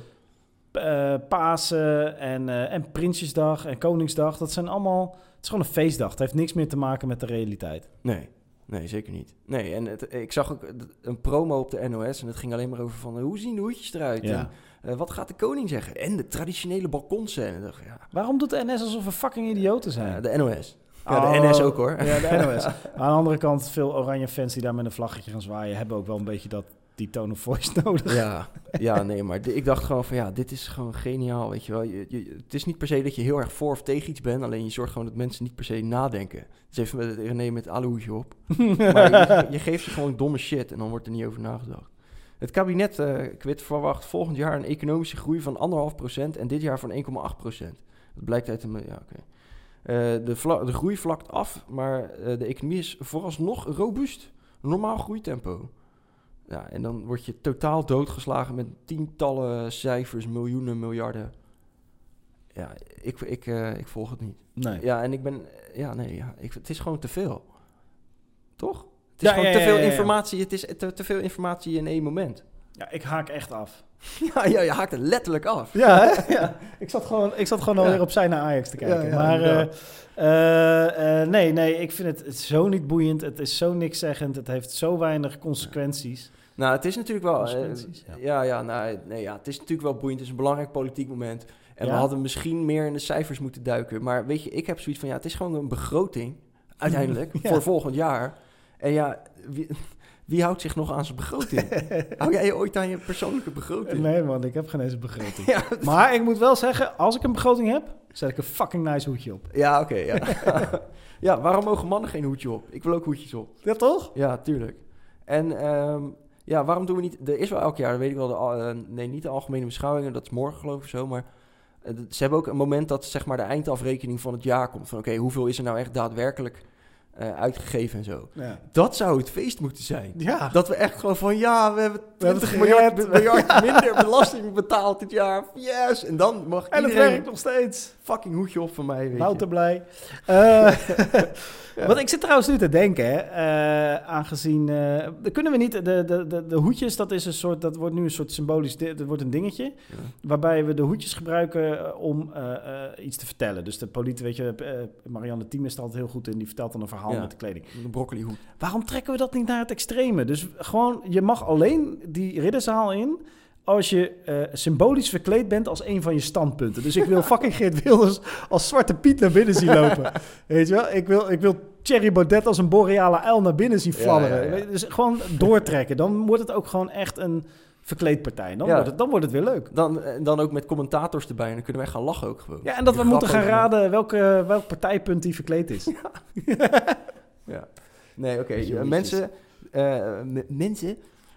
Pasen en, uh, en Prinsjesdag en Koningsdag. Dat zijn allemaal, het is gewoon een feestdag. Het heeft niks meer te maken met de realiteit. Nee. Nee, zeker niet. Nee, en het, ik zag ook een promo op de N O S en het ging alleen maar over van hoe zien de hoedjes eruit? Ja. En, uh, wat gaat de koning zeggen? En de traditionele balkonscène. Dacht, ja. Waarom doet de N S alsof we fucking idioten zijn? Uh, de N O S. Ja, oh, de N S ook hoor. Ja, de N O S. Aan de andere kant, veel oranje fans die daar met een vlaggetje gaan zwaaien, hebben ook wel een beetje dat, die tone of voice nodig. Ja, ja nee, maar d- ik dacht gewoon van ja, dit is gewoon geniaal, weet je wel. Je, je, het is niet per se dat je heel erg voor of tegen iets bent, alleen je zorgt gewoon dat mensen niet per se nadenken. Dus even met René met het aluhoedje op. Maar je, je geeft ze gewoon domme shit en dan wordt er niet over nagedacht. Het kabinet uh, Kwit verwacht volgend jaar een economische groei van anderhalf procent en dit jaar van één komma acht procent. Dat blijkt uit de... Ja, oké. Okay. Uh, de, vla- de groei vlakt af, maar uh, de economie is vooralsnog robuust. Normaal groeitempo. Ja, en dan word je totaal doodgeslagen met tientallen cijfers, miljoenen, miljarden. Ja, ik, ik, uh, ik volg het niet. Nee. Ja, en ik ben... Ja, nee, ja, ik, het is gewoon te veel. Toch? Het is ja, gewoon ja, te veel ja, ja, ja. informatie. Het is te, te veel informatie in één moment. Ja, ik haak echt af. Ja, ja, je haakt er letterlijk af. Ja, hè? Ja. Ik zat gewoon, ik zat gewoon Ja. alweer opzij naar Ajax te kijken. Ja, ja, maar uh, inderdaad. uh, uh, nee, nee, ik vind het, het is zo niet boeiend. Het is zo nikszeggend. Het heeft zo weinig consequenties. Nou, het is natuurlijk wel... eh, Consequenties, ja. ja, ja, nou, nee, ja, het is natuurlijk wel boeiend. Het is een belangrijk politiek moment. En Ja. we hadden misschien meer in de cijfers moeten duiken. Maar weet je, ik heb zoiets van... Ja, het is gewoon een begroting, uiteindelijk, Ja. voor volgend jaar. En ja, wie, wie houdt zich nog aan zijn begroting? Hou jij je ooit aan je persoonlijke begroting? Nee man, ik heb geen eens een begroting. Ja. Maar ik moet wel zeggen, als ik een begroting heb, zet ik een fucking nice hoedje op. Ja, oké, ja. Ja, waarom mogen mannen geen hoedje op? Ik wil ook hoedjes op. Ja, toch? Ja, tuurlijk. En um, ja, waarom doen we niet... Er is wel elk jaar, dat weet ik wel, de, uh, nee, niet de algemene beschouwingen, dat is morgen geloof ik zo, maar uh, ze hebben ook een moment dat zeg maar de eindafrekening van het jaar komt. Van oké, okay, hoeveel is er nou echt daadwerkelijk uh, uitgegeven en zo. Ja. Dat zou het feest moeten zijn. Ja. Dat we echt gewoon van, ja, we hebben twintig het miljard, gered. miljard Ja. minder belasting betaald dit jaar. Yes! En dan mag En het iedereen werkt nog steeds. fucking hoedje op van mij, weet Wouter je. blij. Uh, Ja. Want ik zit trouwens nu te denken, hè, uh, aangezien... Uh, kunnen we niet... De, de, de, de hoedjes, dat is een soort... Dat wordt nu een soort symbolisch... Dat wordt een dingetje. Ja. Waarbij we de hoedjes gebruiken om uh, uh, iets te vertellen. Dus de politie, weet je... Uh, Marianne Thieme is er altijd heel goed in. Die vertelt dan een verhaal Ja. met de kleding. Een broccolihoed. Waarom trekken we dat niet naar het extreme? Dus gewoon... Je mag alleen die ridderzaal in... als je uh, symbolisch verkleed bent als een van je standpunten. Dus ik wil fucking Geert Wilders als Zwarte Piet naar binnen zien lopen. Weet je wel? Ik wil, ik wil Thierry Baudet als een boreale uil naar binnen zien fladderen. Ja, ja, ja. Dus gewoon doortrekken. Dan wordt het ook gewoon echt een verkleedpartij. Dan, Ja. wordt, het, dan wordt het weer leuk. Dan, dan ook met commentators erbij en dan kunnen wij gaan lachen ook gewoon. Ja, en dat we Die moeten gaan grappen over- raden welke, welk partijpunt die verkleed is. Ja. Nee, oké. Jezus. Uh, mensen... Uh, m- mensen...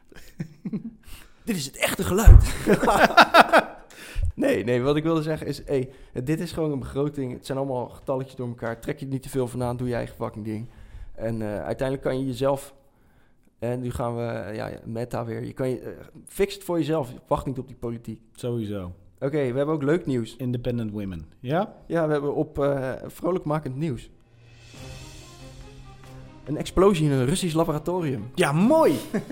Dit is het echte geluid. nee, nee, wat ik wilde zeggen is... Hey, dit is gewoon een begroting. Het zijn allemaal getalletjes door elkaar. Trek je er niet te veel vandaan. Doe je eigen fucking ding. En uh, uiteindelijk kan je jezelf... En nu gaan we... Uh, ja, meta weer. Je kan je... Uh, fix het voor jezelf. Wacht niet op die politiek. Sowieso. Oké, okay, we hebben ook leuk nieuws. Independent women. Ja? Ja, we hebben op uh, vrolijkmakend nieuws. Een explosie in een Russisch laboratorium. Ja, mooi!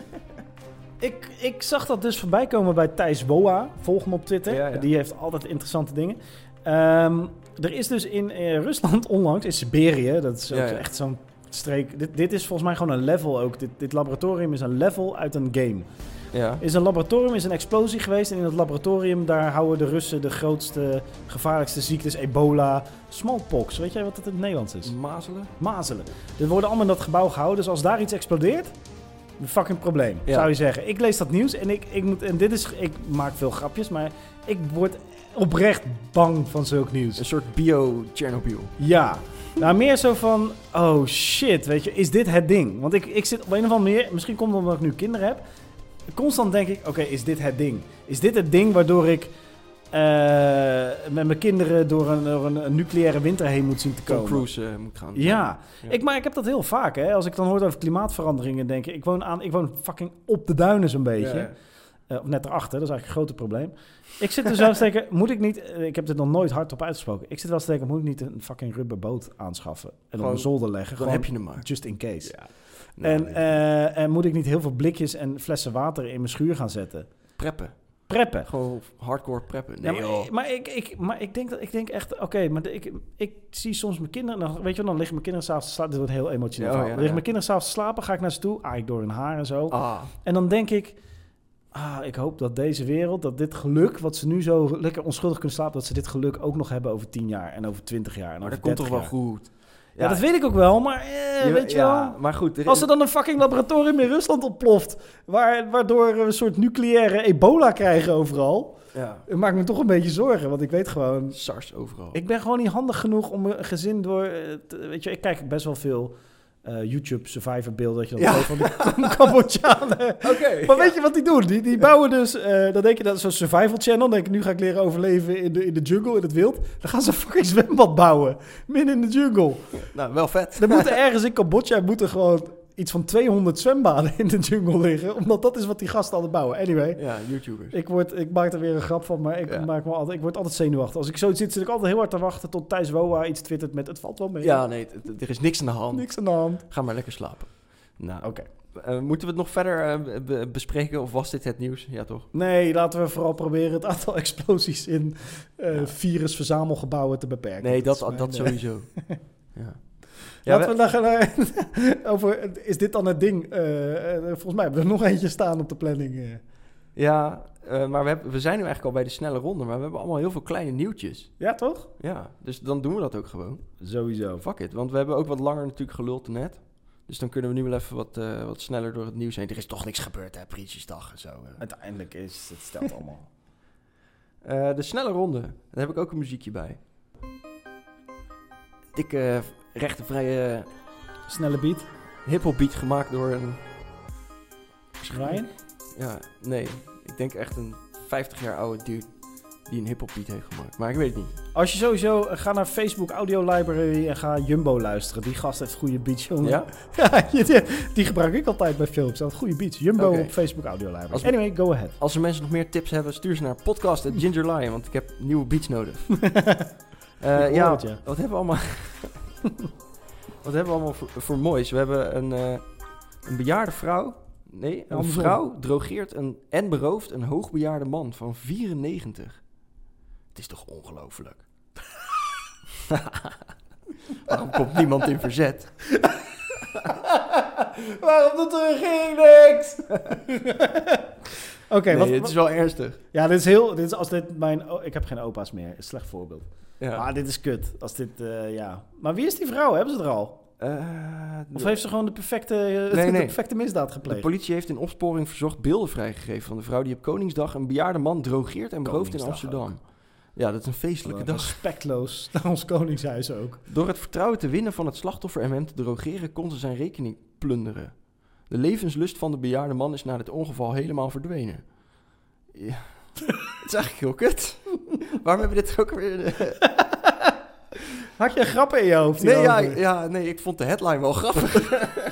ik, ik zag dat dus voorbij komen bij Thijs Woa. Volg hem op Twitter. Ja, ja. Die heeft altijd interessante dingen. Um, er is dus in uh, Rusland onlangs, in Siberië, dat is ook Ja, ja. echt zo'n streek. Dit, dit is volgens mij gewoon een level ook. Dit, dit laboratorium is een level uit een game. Ja. Is een laboratorium, is een explosie geweest. En in het laboratorium, daar houden de Russen de grootste, gevaarlijkste ziektes. Ebola, smallpox. Weet jij wat het in het Nederlands is? Mazelen? Mazelen. Er worden allemaal in dat gebouw gehouden. Dus als daar iets explodeert, een fucking probleem, Ja. zou je zeggen. Ik lees dat nieuws en ik, ik moet... En dit is... Ik maak veel grapjes, maar ik word oprecht bang van zulk nieuws. Een soort bio-Chernobyl. Ja. Nou, meer zo van... Oh shit, weet je. Is dit het ding? Want ik, ik zit op een of andere manier... Misschien komt het omdat ik nu kinderen heb. Constant denk ik... Oké, okay, is dit het ding? Is dit het ding waardoor ik... Uh, met mijn kinderen door een, door een, een nucleaire winter heen moet zien te Tom komen. Cruise uh, moet gaan. Ja, ja. Ik, maar ik heb dat heel vaak. Hè. Als ik dan hoor over klimaatveranderingen, denk ik... Ik woon, aan, ik woon fucking op de duinen zo'n beetje. Ja, ja. Uh, of net erachter, dat is eigenlijk een groot probleem. Ik zit er zo te denken, moet ik niet... Uh, ik heb dit nog nooit hardop uitgesproken. Ik zit wel te denken, moet ik niet een fucking rubberboot aanschaffen? En Gewoon, op een zolder leggen? Dan heb je hem maar. Just in case. Ja. Nee, en, nee. uh, en moet ik niet heel veel blikjes en flessen water in mijn schuur gaan zetten? Preppen. Preppen. Gewoon hardcore preppen. Nee, ja, maar, joh. maar, ik, ik, maar ik denk dat ik denk echt, oké, okay, maar de, ik, ik zie soms mijn kinderen, nou, weet je wel, dan liggen mijn kinderen s'avonds te slapen. Dit wordt heel emotioneel. Oh, Ja, ja, liggen ja. mijn kinderen s'avonds te slapen, ga ik naar ze toe, aai ik door hun haar en zo. Ah. En dan denk ik, ah, ik hoop dat deze wereld, dat dit geluk, wat ze nu zo lekker onschuldig kunnen slapen, dat ze dit geluk ook nog hebben over tien jaar en over twintig jaar. En Maar over dat komt toch wel jaar. goed. Ja, ja, dat weet ik ook wel, maar eh, je, weet je ja, wel. Maar goed. Er Als is... er dan een fucking laboratorium in Rusland ontploft, waar, waardoor we een soort nucleaire ebola krijgen overal, Ja. het maakt me toch een beetje zorgen, want ik weet gewoon... SARS overal. Ik ben gewoon niet handig genoeg om een gezin door... eh, te- weet je, ik kijk best wel veel uh, YouTube Survivor beelden, dat je dan Ja. weet van die Cambodjanen. Oké. Maar weet je wat die doen? Die, die bouwen dus... eh, dan denk je dat is zo'n survival channel. Dan denk ik, nu ga ik leren overleven in de, in de jungle, in het wild. Dan gaan ze een fucking zwembad bouwen. Midden in de jungle. Nou, wel vet. Er moeten ergens in Cambodja moeten gewoon iets van tweehonderd zwembaden in de jungle liggen. Omdat dat is wat die gasten altijd bouwen. Anyway. Ja, YouTubers. Ik, word, ik maak er weer een grap van, maar ik, Ja. maak me altijd, ik word altijd zenuwachtig. Als ik zo zit, zit ik altijd heel hard te wachten tot Thijs Woa iets twittert met het valt wel mee. Ja, nee, t- t- er is niks aan de hand. Niks aan de hand. Ga maar lekker slapen. Nou, Oké. Uh, moeten we het nog verder uh, be- bespreken of was dit het nieuws? Ja, toch? Nee, laten we vooral proberen het aantal explosies in uh, ja. virusverzamelgebouwen te beperken. Nee, dat, dat, dat mijn, sowieso. ja. Ja, Laten we, we dan gaan over... Is dit dan het ding? Uh, uh, volgens mij hebben we er nog eentje staan op de planning. Uh. Ja, uh, maar we, hebben, we zijn nu eigenlijk al bij de snelle ronde, maar we hebben allemaal heel veel kleine nieuwtjes. Ja, toch? Ja, dus dan doen we dat ook gewoon. Sowieso. Fuck it, want we hebben ook wat langer natuurlijk geluld net. Dus dan kunnen we nu wel even wat, uh, wat sneller door het nieuws heen. Er is toch niks gebeurd, hè? Prinsjesdag en zo. Uh. Uiteindelijk is het stelt allemaal. Uh, de snelle ronde, daar heb ik ook een muziekje bij. Dikke, rechtenvrije... Snelle beat. Hip-hop beat gemaakt door een... Ryan? Ja, nee. Ik denk echt een vijftig jaar oude dude die een hip-hop beat heeft gemaakt. Maar ik weet het niet. Als je sowieso... Ga naar Facebook Audio Library en ga Jumbo luisteren. Die gast heeft goede beats, jongen. Ja? Ja, die, die gebruik ik altijd bij films. Dat goede beats. Jumbo okay. op Facebook Audio Library. Als, anyway, go ahead. Als er mensen nog meer tips hebben, stuur ze naar podcast at Ginger Lion, want ik heb nieuwe beats nodig. uh, ja, het, ja, wat hebben we allemaal... wat hebben we allemaal voor, voor moois? We hebben een, uh, een bejaarde vrouw... Nee, een vrouw drogeert een, en berooft een hoogbejaarde man van vierennegentig. Het is toch ongelooflijk? Waarom komt niemand in verzet? Waarom doet de regering niks? Oké, okay, nee, het is wel ernstig. Ja, dit is heel... Dit is als dit mijn... Oh, ik heb geen opa's meer. Een slecht voorbeeld. Ja. Maar dit is kut. Als dit... Uh, ja. Maar wie is die vrouw? Hebben ze er al? Uh, of heeft ze gewoon de perfecte, uh, nee, de nee. perfecte misdaad gepleegd? De politie heeft in opsporing verzocht beelden vrijgegeven van de vrouw die op Koningsdag een bejaarde man drogeert en berooft in Amsterdam. Ook. Ja, dat is een feestelijke uh, dag. Respectloos naar ons Koningshuis ook. Door het vertrouwen te winnen van het slachtoffer en hem te drogeren kon ze zijn rekening plunderen. De levenslust van de bejaarde man is na dit ongeval helemaal verdwenen. Ja. Het is eigenlijk heel kut. Waarom hebben we dit ook weer... Had je een grap in je hoofd? Nee, ja, ja, nee, ik vond de headline wel grappig.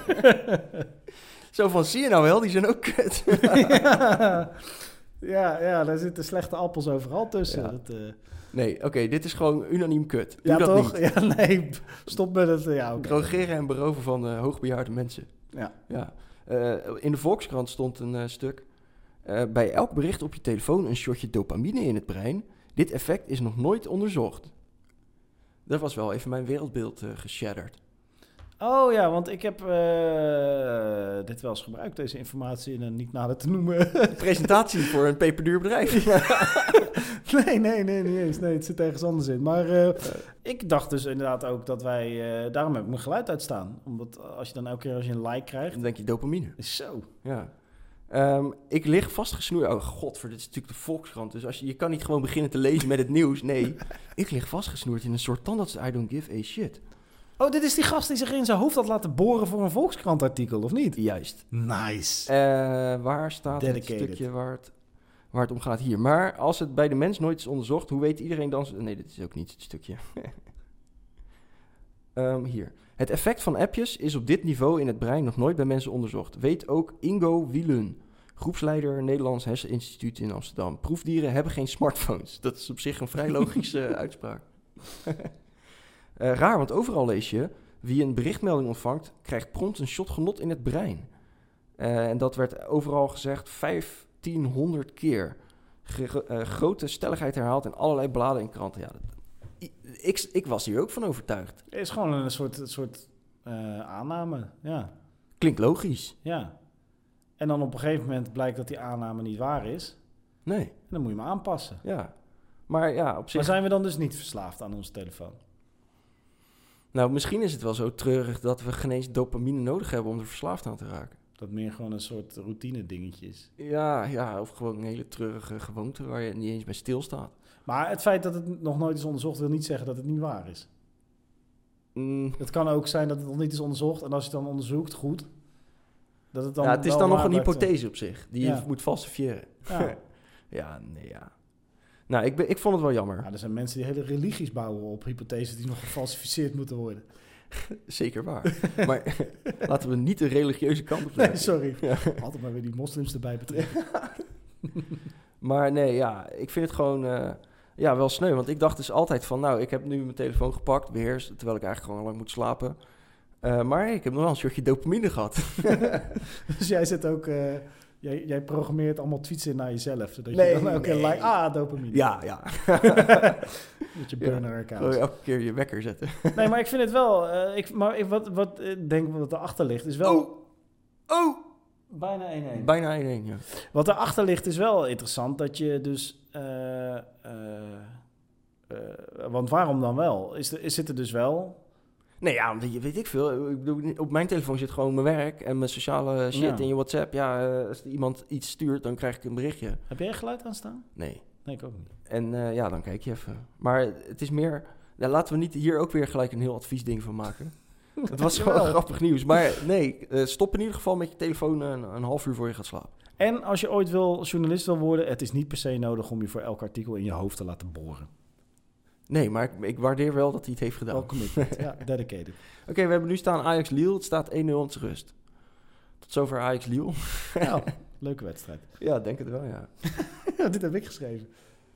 Zo van, zie je nou wel, die zijn ook kut. ja. ja, ja, daar zitten slechte appels overal tussen. Ja. Dat, uh... Nee, oké, okay, dit is gewoon unaniem kut. Doe ja, dat toch? niet. Ja, nee, stop met het. Ja, okay. Drogeren en beroven van uh, hoogbejaarde mensen. Ja. ja. Uh, in de Volkskrant stond een uh, stuk. Uh, bij elk bericht op je telefoon een shotje dopamine in het brein. Dit effect is nog nooit onderzocht. Dat was wel even mijn wereldbeeld uh, geshatterd. Oh ja, want ik heb uh, dit wel eens gebruikt, deze informatie, en uh, niet nader te noemen. Presentatie voor een peperduur bedrijf. nee, nee, nee, niet eens. Nee, het zit ergens anders in. Maar uh, ik dacht dus inderdaad ook dat wij... Uh, daarom heb ik mijn geluid uitstaan. Omdat als je dan elke keer als je een like krijgt... Dan denk je dopamine. Zo. Ja. Um, ik lig vastgesnoerd... Oh godver, dit is natuurlijk de Volkskrant. Dus als je, je kan niet gewoon beginnen te lezen met het nieuws. Nee, ik lig vastgesnoerd in een soort tandarts. I don't give a shit. Oh, dit is die gast die zich in zijn hoofd had laten boren voor een Volkskrant-artikel, of niet? Juist. Nice. Uh, waar staat Dedicated. Het stukje waar het, waar het om gaat? Hier. Maar als het bij de mens nooit is onderzocht, hoe weet iedereen dan... Nee, dit is ook niet het stukje. um, hier. Het effect van appjes is op dit niveau in het brein nog nooit bij mensen onderzocht. Weet ook Ingo Wielun, groepsleider Nederlands Herseninstituut in Amsterdam. Proefdieren hebben geen smartphones. Dat is op zich een vrij logische uh, uitspraak. Uh, raar, want overal lees je... wie een berichtmelding ontvangt, krijgt prompt een shot genot in het brein. Uh, en dat werd overal gezegd vijftienhonderd keer. Ge- uh, grote stelligheid herhaald in allerlei bladen en kranten. Ja, dat, ik, ik was hier ook van overtuigd. Het is gewoon een soort, een soort uh, aanname, ja. Klinkt logisch. Ja. En dan op een gegeven moment blijkt dat die aanname niet waar is. Nee. En dan moet je hem aanpassen. Ja. Maar ja, op zich... Maar zijn we dan dus niet verslaafd aan onze telefoon? Nou, misschien is het wel zo treurig dat we geen eens dopamine nodig hebben om er verslaafd aan te raken. Dat meer gewoon een soort routine dingetje is. Ja, ja, of gewoon een hele treurige gewoonte waar je niet eens bij stilstaat. Maar het feit dat het nog nooit is onderzocht wil niet zeggen dat het niet waar is. Mm. Het kan ook zijn dat het nog niet is onderzocht en als je het dan onderzoekt, goed. Dat het dan ja, het is dan nog een hypothese op zich die ja. je moet falsifiëren. Ja, ja nee, ja. Nou, ik, ben, ik vond het wel jammer. Ja, er zijn mensen die hele religies bouwen op hypotheses die nog gefalsificeerd moeten worden. Zeker waar. Maar laten we niet de religieuze kant op zetten. Nee, sorry. Ja. Altijd maar weer die moslims erbij betrekken. Maar nee, ja, ik vind het gewoon uh, ja, wel sneu. Want ik dacht dus altijd van, nou, ik heb nu mijn telefoon gepakt, beheerst, terwijl ik eigenlijk gewoon al lang moet slapen. Uh, maar ik heb nog wel een shotje dopamine gehad. Dus jij zit ook... Uh, jij, jij programmeert allemaal tweets in naar jezelf. Zodat nee, je dan elke nee. keer like... Ah, dopamine. Ja, ja. Met je burner-account. Gewoon elke keer je wekker zetten. Nee, maar ik vind het wel... Uh, ik, maar ik, wat, wat ik denk wat erachter ligt is wel... Oh! Oh! Bijna één-één. Bijna één-één, ja. Wat erachter ligt is wel interessant dat je dus... Uh, uh, uh, want waarom dan wel? Is, er, is zit er dus wel... Nee, ja, weet ik veel. Ik bedoel, op mijn telefoon zit gewoon mijn werk en mijn sociale shit ja. in je WhatsApp. Ja, uh, als iemand iets stuurt, dan krijg ik een berichtje. Heb jij geluid aanstaan? Nee. Nee, ik ook niet. En uh, ja, dan kijk je even. Maar het is meer... Ja, laten we niet hier ook weer gelijk een heel adviesding van maken. Het was gewoon grappig nieuws. Maar nee, uh, stop in ieder geval met je telefoon een, een half uur voor je gaat slapen. En als je ooit wil, journalist wil worden, het is niet per se nodig om je voor elk artikel in je hoofd te laten boren. Nee, maar ik, ik waardeer wel dat hij het heeft gedaan. Wel commitment, ja, dedicated. Oké, okay, we hebben nu staan Ajax-Lille. Het staat één nul om te rust. Tot zover Ajax-Lille. Nou, leuke wedstrijd. Ja, denk het wel, ja. Ja, dit heb ik geschreven.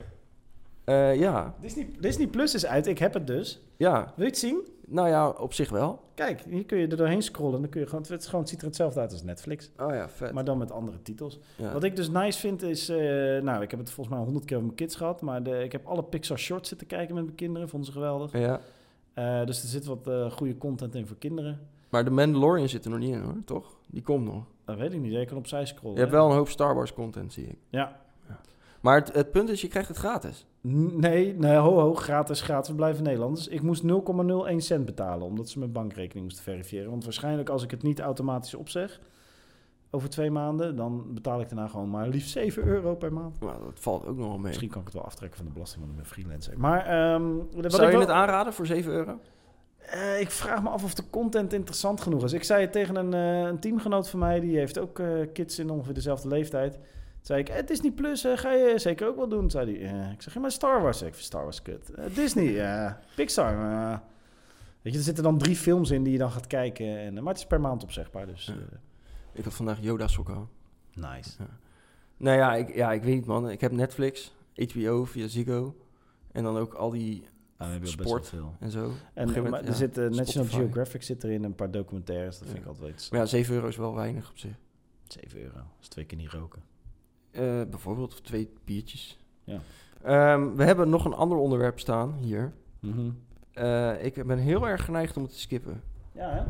Uh, ja. Disney, Disney Plus is uit, ik heb het dus. Ja. Wil je het zien? Nou ja, op zich wel. Kijk, hier kun je er doorheen scrollen. Dan kun je gewoon, het, gewoon, het ziet er hetzelfde uit als Netflix. Oh ja, vet. Maar dan met andere titels. Ja. Wat ik dus nice vind is... Uh, nou, ik heb het volgens mij honderd keer met mijn kids gehad. Maar de, ik heb alle Pixar shorts zitten kijken met mijn kinderen. Vonden ze geweldig. Ja. Uh, dus er zit wat uh, goede content in voor kinderen. Maar de Mandalorian zit er nog niet in, hoor. Toch? Die komt nog. Dat weet ik niet. Je kan opzij scrollen. Je hebt wel een hoop Star Wars content, zie ik. Ja. ja. Maar het, het punt is, je krijgt het gratis. Nee, nee, ho, ho, gratis, gratis, we blijven Nederlanders. Ik moest nul komma nul één cent betalen, omdat ze mijn bankrekening moesten verifiëren. Want waarschijnlijk als ik het niet automatisch opzeg, over twee maanden, dan betaal ik daarna gewoon maar liefst zeven euro per maand. Nou, dat valt ook nog wel mee. Misschien kan ik het wel aftrekken van de belasting, want ik ben freelancer. Maar, um, wat Zou ik je wel... het aanraden voor zeven euro? Uh, ik vraag me af of de content interessant genoeg is. Ik zei het tegen een, uh, een teamgenoot van mij, die heeft ook uh, kids in ongeveer dezelfde leeftijd. Zei ik, het is niet Plus, uh, ga je zeker ook wel doen? Zei hij, uh, ik zeg, ja, maar Star Wars. Ik vind Star Wars kut. Uh, Disney, uh, Pixar. Uh. Weet je, er zitten dan drie films in die je dan gaat kijken. En, uh, maar het is per maand opzegbaar, dus... Uh. Ja. Ik had vandaag Yoda sokken aan. Nice. Ja. Nou ja ik, ja, ik weet niet, man. Ik heb Netflix, H B O via Ziggo. En dan ook al die ah, sport veel. en zo. En moment, maar, er ja, zit uh, National Spotify. Geographic zit erin, een paar documentaires. Dat vind ja. ik altijd iets. Maar ja, zeven euro is wel weinig op zich. zeven euro, dat is twee keer niet roken. Uh, bijvoorbeeld twee biertjes. Ja. Um, we hebben nog een ander onderwerp staan hier. Mm-hmm. Uh, ik ben heel erg geneigd om het te skippen. Ja, hè?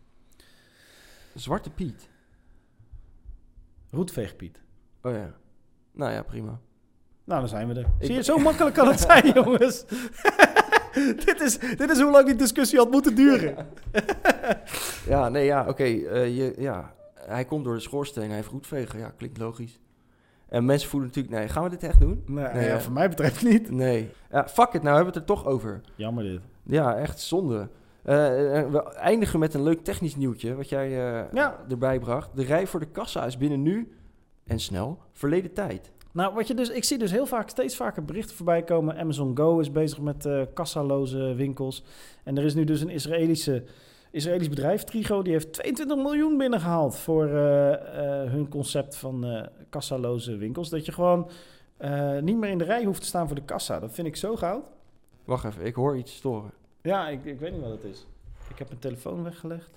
Zwarte Piet. Roetveegpiet. Oh ja. Nou ja, prima. Nou, dan zijn we er. Ik Zie je, zo makkelijk kan het zijn, jongens. dit, is, dit is hoe lang die discussie had moeten duren. ja, nee, ja, oké. Okay, uh, ja, hij komt door de schoorsteen, hij heeft roetvegen. Ja, klinkt logisch. En mensen voelen natuurlijk, nee, gaan we dit echt doen? Nee, nee ja, ja. Voor mij betreft niet. Nee. Ja, fuck it, nou hebben we het er toch over. Jammer dit. Ja, echt zonde. Uh, we eindigen met een leuk technisch nieuwtje, wat jij uh, ja. erbij bracht. De rij voor de kassa is binnen nu, en snel, verleden tijd. Nou, wat je dus, ik zie dus heel vaak, steeds vaker berichten voorbij komen. Amazon Go is bezig met uh, kassaloze winkels. En er is nu dus een Israëlische... Israëlisch bedrijf, Trigo, die heeft tweeëntwintig miljoen binnengehaald voor uh, uh, hun concept van uh, kassaloze winkels. Dat je gewoon uh, niet meer in de rij hoeft te staan voor de kassa. Dat vind ik zo goud. Wacht even, ik hoor iets storen. Ja, ik, ik weet niet wat het is. Ik heb mijn telefoon weggelegd.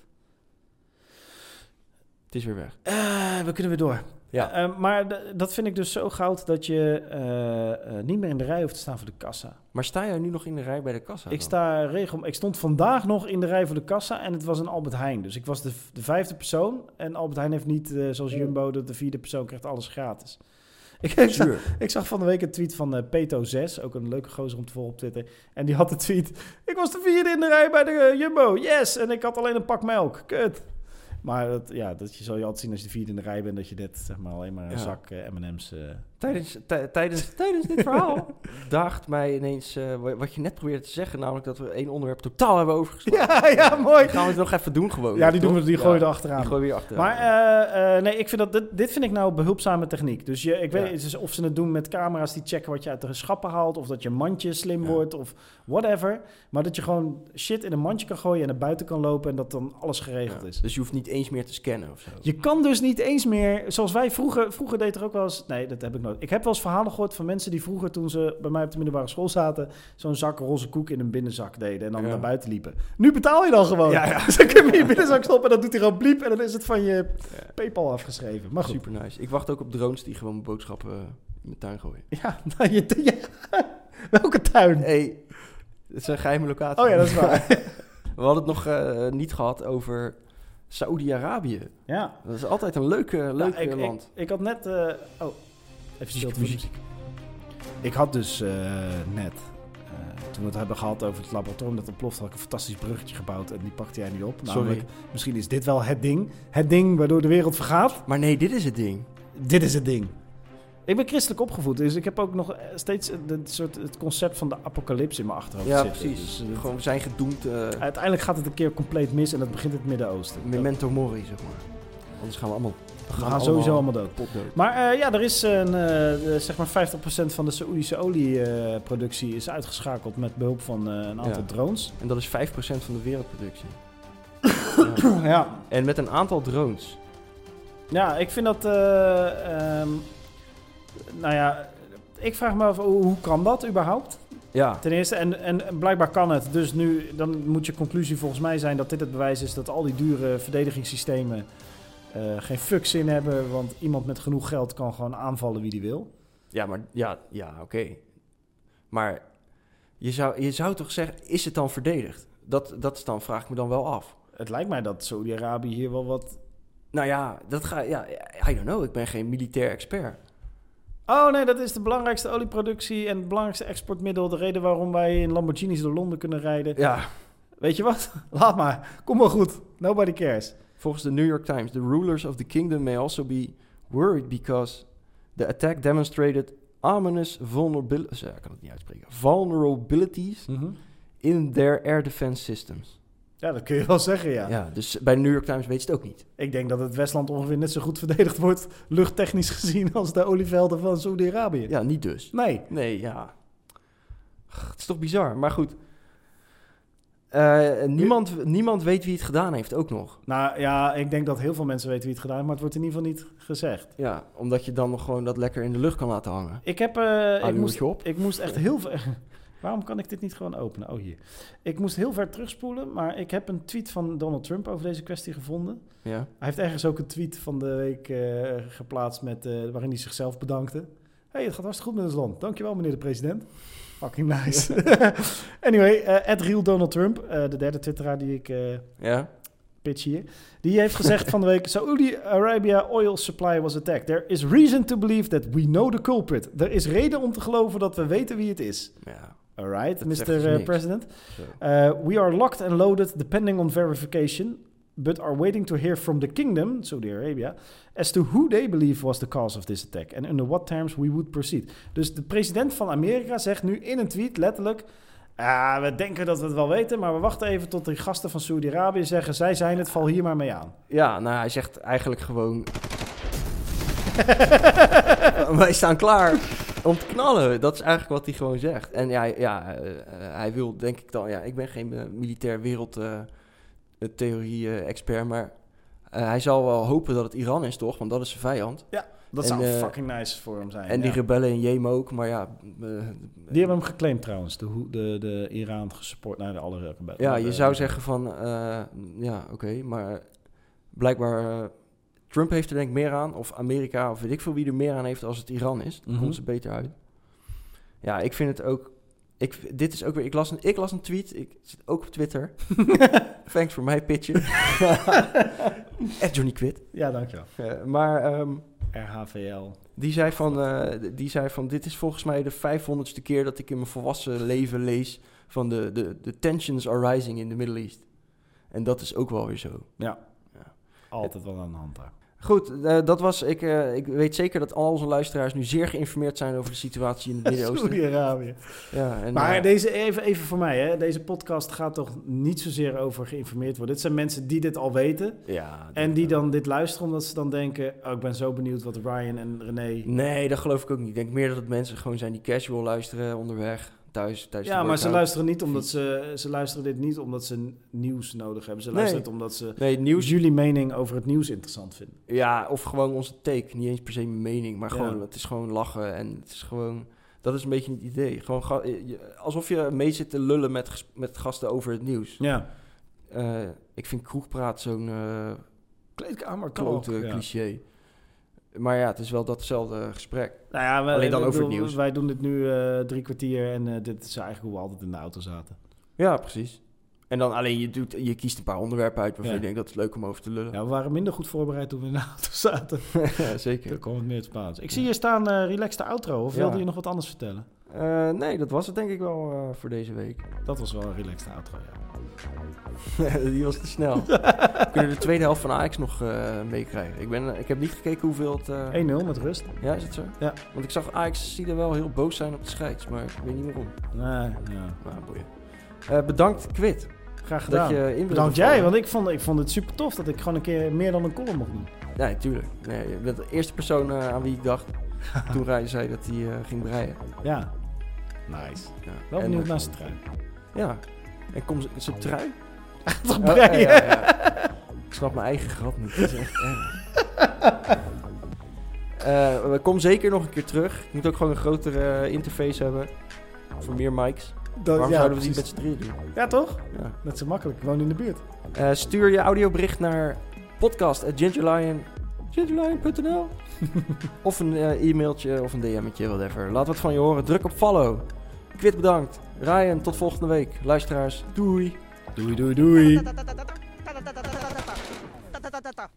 Het is weer weg. Uh, we kunnen weer door. Ja. Uh, maar d- dat vind ik dus zo goud dat je uh, uh, niet meer in de rij hoeft te staan voor de kassa. Maar sta jij nu nog in de rij bij de kassa? Ik, sta regel, ik stond vandaag nog in de rij voor de kassa en het was een Albert Heijn. Dus ik was de, de vijfde persoon en Albert Heijn heeft niet, uh, zoals Jumbo, de, de vierde persoon krijgt alles gratis. Ik, ik, zag, ik zag van de week een tweet van uh, Peto zes, ook een leuke gozer om te volgen op Twitter. En die had de tweet, ik was de vierde in de rij bij de uh, Jumbo, yes! En ik had alleen een pak melk, kut. Maar dat, ja, dat je, zal je altijd zien als je de vierde in de rij bent, dat je dit, zeg maar, alleen maar een ja. zak uh, M en M's... Uh, tijdens, t- tijdens, tijdens dit verhaal daagt mij ineens uh, wat je net probeerde te zeggen, namelijk dat we één onderwerp totaal hebben overgeslagen. Ja, ja, mooi. Die gaan we het nog even doen gewoon. Ja, die, doen we, die gooien ja, er achteraan. Die gooien we achteraan. Maar uh, uh, nee, ik vind dat, dit, dit vind ik nou behulpzame techniek. Dus je, ik weet ja. dus of ze het doen met camera's die checken wat je uit de schappen haalt, of dat je mandje slim ja. wordt, of whatever. Maar dat je gewoon shit in een mandje kan gooien en naar buiten kan lopen en dat dan alles geregeld ja. is. Dus je hoeft niet eens meer te scannen of zo. Je kan dus niet eens meer, zoals wij vroeger, vroeger deed er ook wel eens, nee, dat heb ik nooit groot. Ik heb wel eens verhalen gehoord van mensen die vroeger, toen ze bij mij op de middelbare school zaten, zo'n zak roze koek in een binnenzak deden en dan Ja. naar buiten liepen. Nu betaal je dan gewoon. Ja, ja. Dus dan kun je in je binnenzak stoppen en dan doet hij gewoon bliep en dan is het van je PayPal afgeschreven. Maar goed. Super nice. Ik wacht ook op drones die gewoon mijn boodschappen uh, in mijn tuin gooien. Ja, nou, je, ja. Welke tuin? Hey, het is een geheime locatie. Oh ja, dat is waar. We hadden het nog uh, niet gehad over Saoedi-Arabië. Ja. Dat is altijd een leuk, uh, leuk ja, ik, land. Ik, ik had net... Uh, oh, even stil muziek, muziek. Ik had dus uh, net, uh, toen we het hebben gehad over het laboratorium dat ontploft, had ik een fantastisch bruggetje gebouwd en die pakte jij niet op. Sorry. Namelijk, misschien is dit wel het ding. Het ding waardoor de wereld vergaat. Maar nee, dit is het ding. Dit is het ding. Ik ben christelijk opgevoed, dus ik heb ook nog steeds het, soort, het concept van de apocalyps in mijn achterhoofd ja, zitten. Precies. Dus, uh, Gewoon, we zijn gedoemd. Uh, uiteindelijk gaat het een keer compleet mis en dat begint het Midden-Oosten. Memento mori, zeg maar. Anders gaan we allemaal... We gaan, we gaan sowieso allemaal dood. dood. Maar uh, ja, er is een, uh, zeg maar vijftig procent van de Saoedische olieproductie uh, is uitgeschakeld met behulp van uh, een aantal ja. drones. En dat is vijf procent van de wereldproductie. ja. ja. En met een aantal drones. Ja, ik vind dat... Uh, um, nou ja, ik vraag me af, hoe, hoe kan dat überhaupt? Ja. Ten eerste, en, en blijkbaar kan het. Dus nu, dan moet je conclusie volgens mij zijn dat dit het bewijs is dat al die dure verdedigingssystemen uh, geen fuck zin hebben. Want iemand met genoeg geld kan gewoon aanvallen wie die wil. Ja, maar ja, ja oké. Okay. Maar je zou, je zou toch zeggen, is het dan verdedigd? Dat, dat is dan, vraag ik me dan wel af. Het lijkt mij dat Saudi-Arabië hier wel wat... Nou ja, dat ga, ja, I don't know. Ik ben geen militair expert. Oh nee, dat is de belangrijkste olieproductie en het belangrijkste exportmiddel. De reden waarom wij in Lamborghinis door Londen kunnen rijden. Ja. Weet je wat? Laat maar. Kom maar goed. Nobody cares. Volgens de New York Times, the rulers of the kingdom may also be worried because the attack demonstrated ominous vulnerabilities. Ja, ik kan het niet uitspreken. Vulnerabilities mm-hmm. in their air defense systems. Ja, dat kun je wel zeggen, ja. Ja, dus bij de New York Times weet je het ook niet. Ik denk dat het Westland ongeveer net zo goed verdedigd wordt, luchttechnisch gezien, als de olievelden van Saudi-Arabië. Ja, niet dus. Nee. Nee, ja. Het is toch bizar, maar goed. Uh, niemand, niemand weet wie het gedaan heeft, ook nog. Nou ja, ik denk dat heel veel mensen weten wie het gedaan heeft, maar het wordt in ieder geval niet gezegd. Ja, omdat je dan nog gewoon dat lekker in de lucht kan laten hangen. Ik heb... Uh, ik, moest, op. ik moest echt heel veel... Waarom kan ik dit niet gewoon openen? Oh, hier. Ik moest heel ver terugspoelen, maar ik heb een tweet van Donald Trump over deze kwestie gevonden. Ja. Hij heeft ergens ook een tweet van de week uh, geplaatst met, uh, waarin hij zichzelf bedankte. Hé, hey, het gaat hartstikke goed met ons land. Dankjewel, meneer de president. Fucking nice. Anyway, uh, at Real Donald Trump, uh, de derde twitteraar die ik uh, ja. pitch hier, die heeft gezegd van de week, Saudi Arabia oil supply was attacked. There is reason to believe that we know the culprit. Er is reden om te geloven dat we weten wie het is. Ja. All right, dat mister Uh, President. Uh, we are locked and loaded depending on verification, but are waiting to hear from the kingdom, Saudi Arabia, as to who they believe was the cause of this attack and under what terms we would proceed. Dus de president van Amerika zegt nu in een tweet letterlijk, uh, we denken dat we het wel weten, maar we wachten even tot die gasten van Saudi-Arabië zeggen, zij zijn het, val hier maar mee aan. Ja, nou hij zegt eigenlijk gewoon, wij staan klaar om te knallen. Dat is eigenlijk wat hij gewoon zegt. En ja, ja uh, uh, hij wil denk ik dan... Ja, ik ben geen uh, militair wereldtheorie-expert, uh, maar uh, hij zal wel hopen dat het Iran is, toch? Want dat is zijn vijand. Ja, dat en, zou uh, fucking nice voor hem zijn. En ja. die rebellen in Jemen ook, maar ja... Uh, die hebben hem geclaimd trouwens, de, de, de Iran gesupport naar de alle rebellen. Ja, je de, zou de, zeggen van... Uh, ja, oké, okay, maar blijkbaar... Uh, Trump heeft er denk ik meer aan, of Amerika, of weet ik veel wie er meer aan heeft als het Iran is. Dan mm-hmm. komt ze beter uit. Ja, ik vind het ook... Ik, dit is ook weer... Ik las een, ik las een tweet, ik zit ook op Twitter. Thanks voor mij pitchen. At Johnny Quid. Ja, dankjewel. Uh, maar... Um, R H V L. Die zei, van, uh, die zei van... Dit is volgens mij de vijfhonderdste keer dat ik in mijn volwassen leven lees... van de, de, de tensions are rising in the Middle East. En dat is ook wel weer zo. Ja. ja. Altijd wel aan de hand daar. Goed, uh, dat was... Ik, uh, ik weet zeker dat al onze luisteraars nu zeer geïnformeerd zijn over de situatie in het Midden-Oosten. Saudi-Arabië. Ja, en, maar uh, deze, even, even voor mij, hè. Deze podcast gaat toch niet zozeer over geïnformeerd worden. Dit zijn mensen die dit al weten. Ja, en die dan dit luisteren omdat ze dan denken... Oh, ik ben zo benieuwd wat Ryan en René... Nee, dat geloof ik ook niet. Ik denk meer dat het mensen gewoon zijn die casual luisteren onderweg. thuis. thuis Ja, maar ze luisteren niet omdat ze... Ze luisteren dit niet omdat ze nieuws nodig hebben. Ze luisteren Nee. het omdat ze Nee, nieuws... jullie mening over het nieuws interessant vinden. Ja, of gewoon onze take. Niet eens per se mijn mening, maar Ja. gewoon, het is gewoon lachen en het is gewoon... Dat is een beetje het idee. Gewoon ga- je- alsof je mee zit te lullen met, ges- met gasten over het nieuws. Ja. Uh, ik vind kroegpraat zo'n uh, kleedkamer klote ja. cliché. Maar ja, het is wel datzelfde gesprek. Nou ja, we, Alleen dan we, over we, het nieuws. Wij doen dit nu uh, drie kwartier en uh, dit is eigenlijk hoe we altijd in de auto zaten. Ja, precies. En dan alleen, je, doet, je kiest een paar onderwerpen uit waarvan ja. je denkt dat het leuk om over te lullen. Ja, we waren minder goed voorbereid toen we in de auto zaten. Ja, zeker. Toen kwam het meer het Spaans. Ik zie hier staan, uh, relax de outro. Of ja. wilde je nog wat anders vertellen? Uh, nee, dat was het denk ik wel uh, voor deze week. Dat was wel een relaxed outro, ja. Die was te snel. We kunnen de tweede helft van Ajax nog uh, meekrijgen. Ik, ben, ik heb niet gekeken hoeveel het... Uh... één nul met rust. Ja, is het zo? Ja. Want ik zag Ajax zie er wel heel boos zijn op de scheids, maar ik weet niet waarom. Nee, ja. Maar boeien. Uh, bedankt, Quid. Graag gedaan. Dat je in bedankt jij, want ik vond, ik vond het super tof dat ik gewoon een keer meer dan een column mocht doen. Ja, natuurlijk. Nee, je bent de eerste persoon uh, aan wie ik dacht toen Ryan zei dat hij uh, ging breien. Ja. Nice. Ja. Wel en, benieuwd naar zijn trui. Ja. En kom zijn trui? Toch breien? Oh, ja, ja, ja. Ik snap mijn eigen grap niet. Dat is echt erg. uh, we komen zeker nog een keer terug. Ik moet ook gewoon een grotere uh, interface hebben. Voor meer mics. Dat, Waarom ja, zouden we die met z'n drieën doen? Ja, toch? Ja. Net zo makkelijk. Gewoon in de buurt. Uh, stuur je audiobericht naar podcast at gingerlion punt n l of een uh, e-mailtje of een D M'tje, whatever. Laat wat van je horen. Druk op follow. Quid bedankt. Ryan, tot volgende week. Luisteraars, doei. Doei, doei, doei.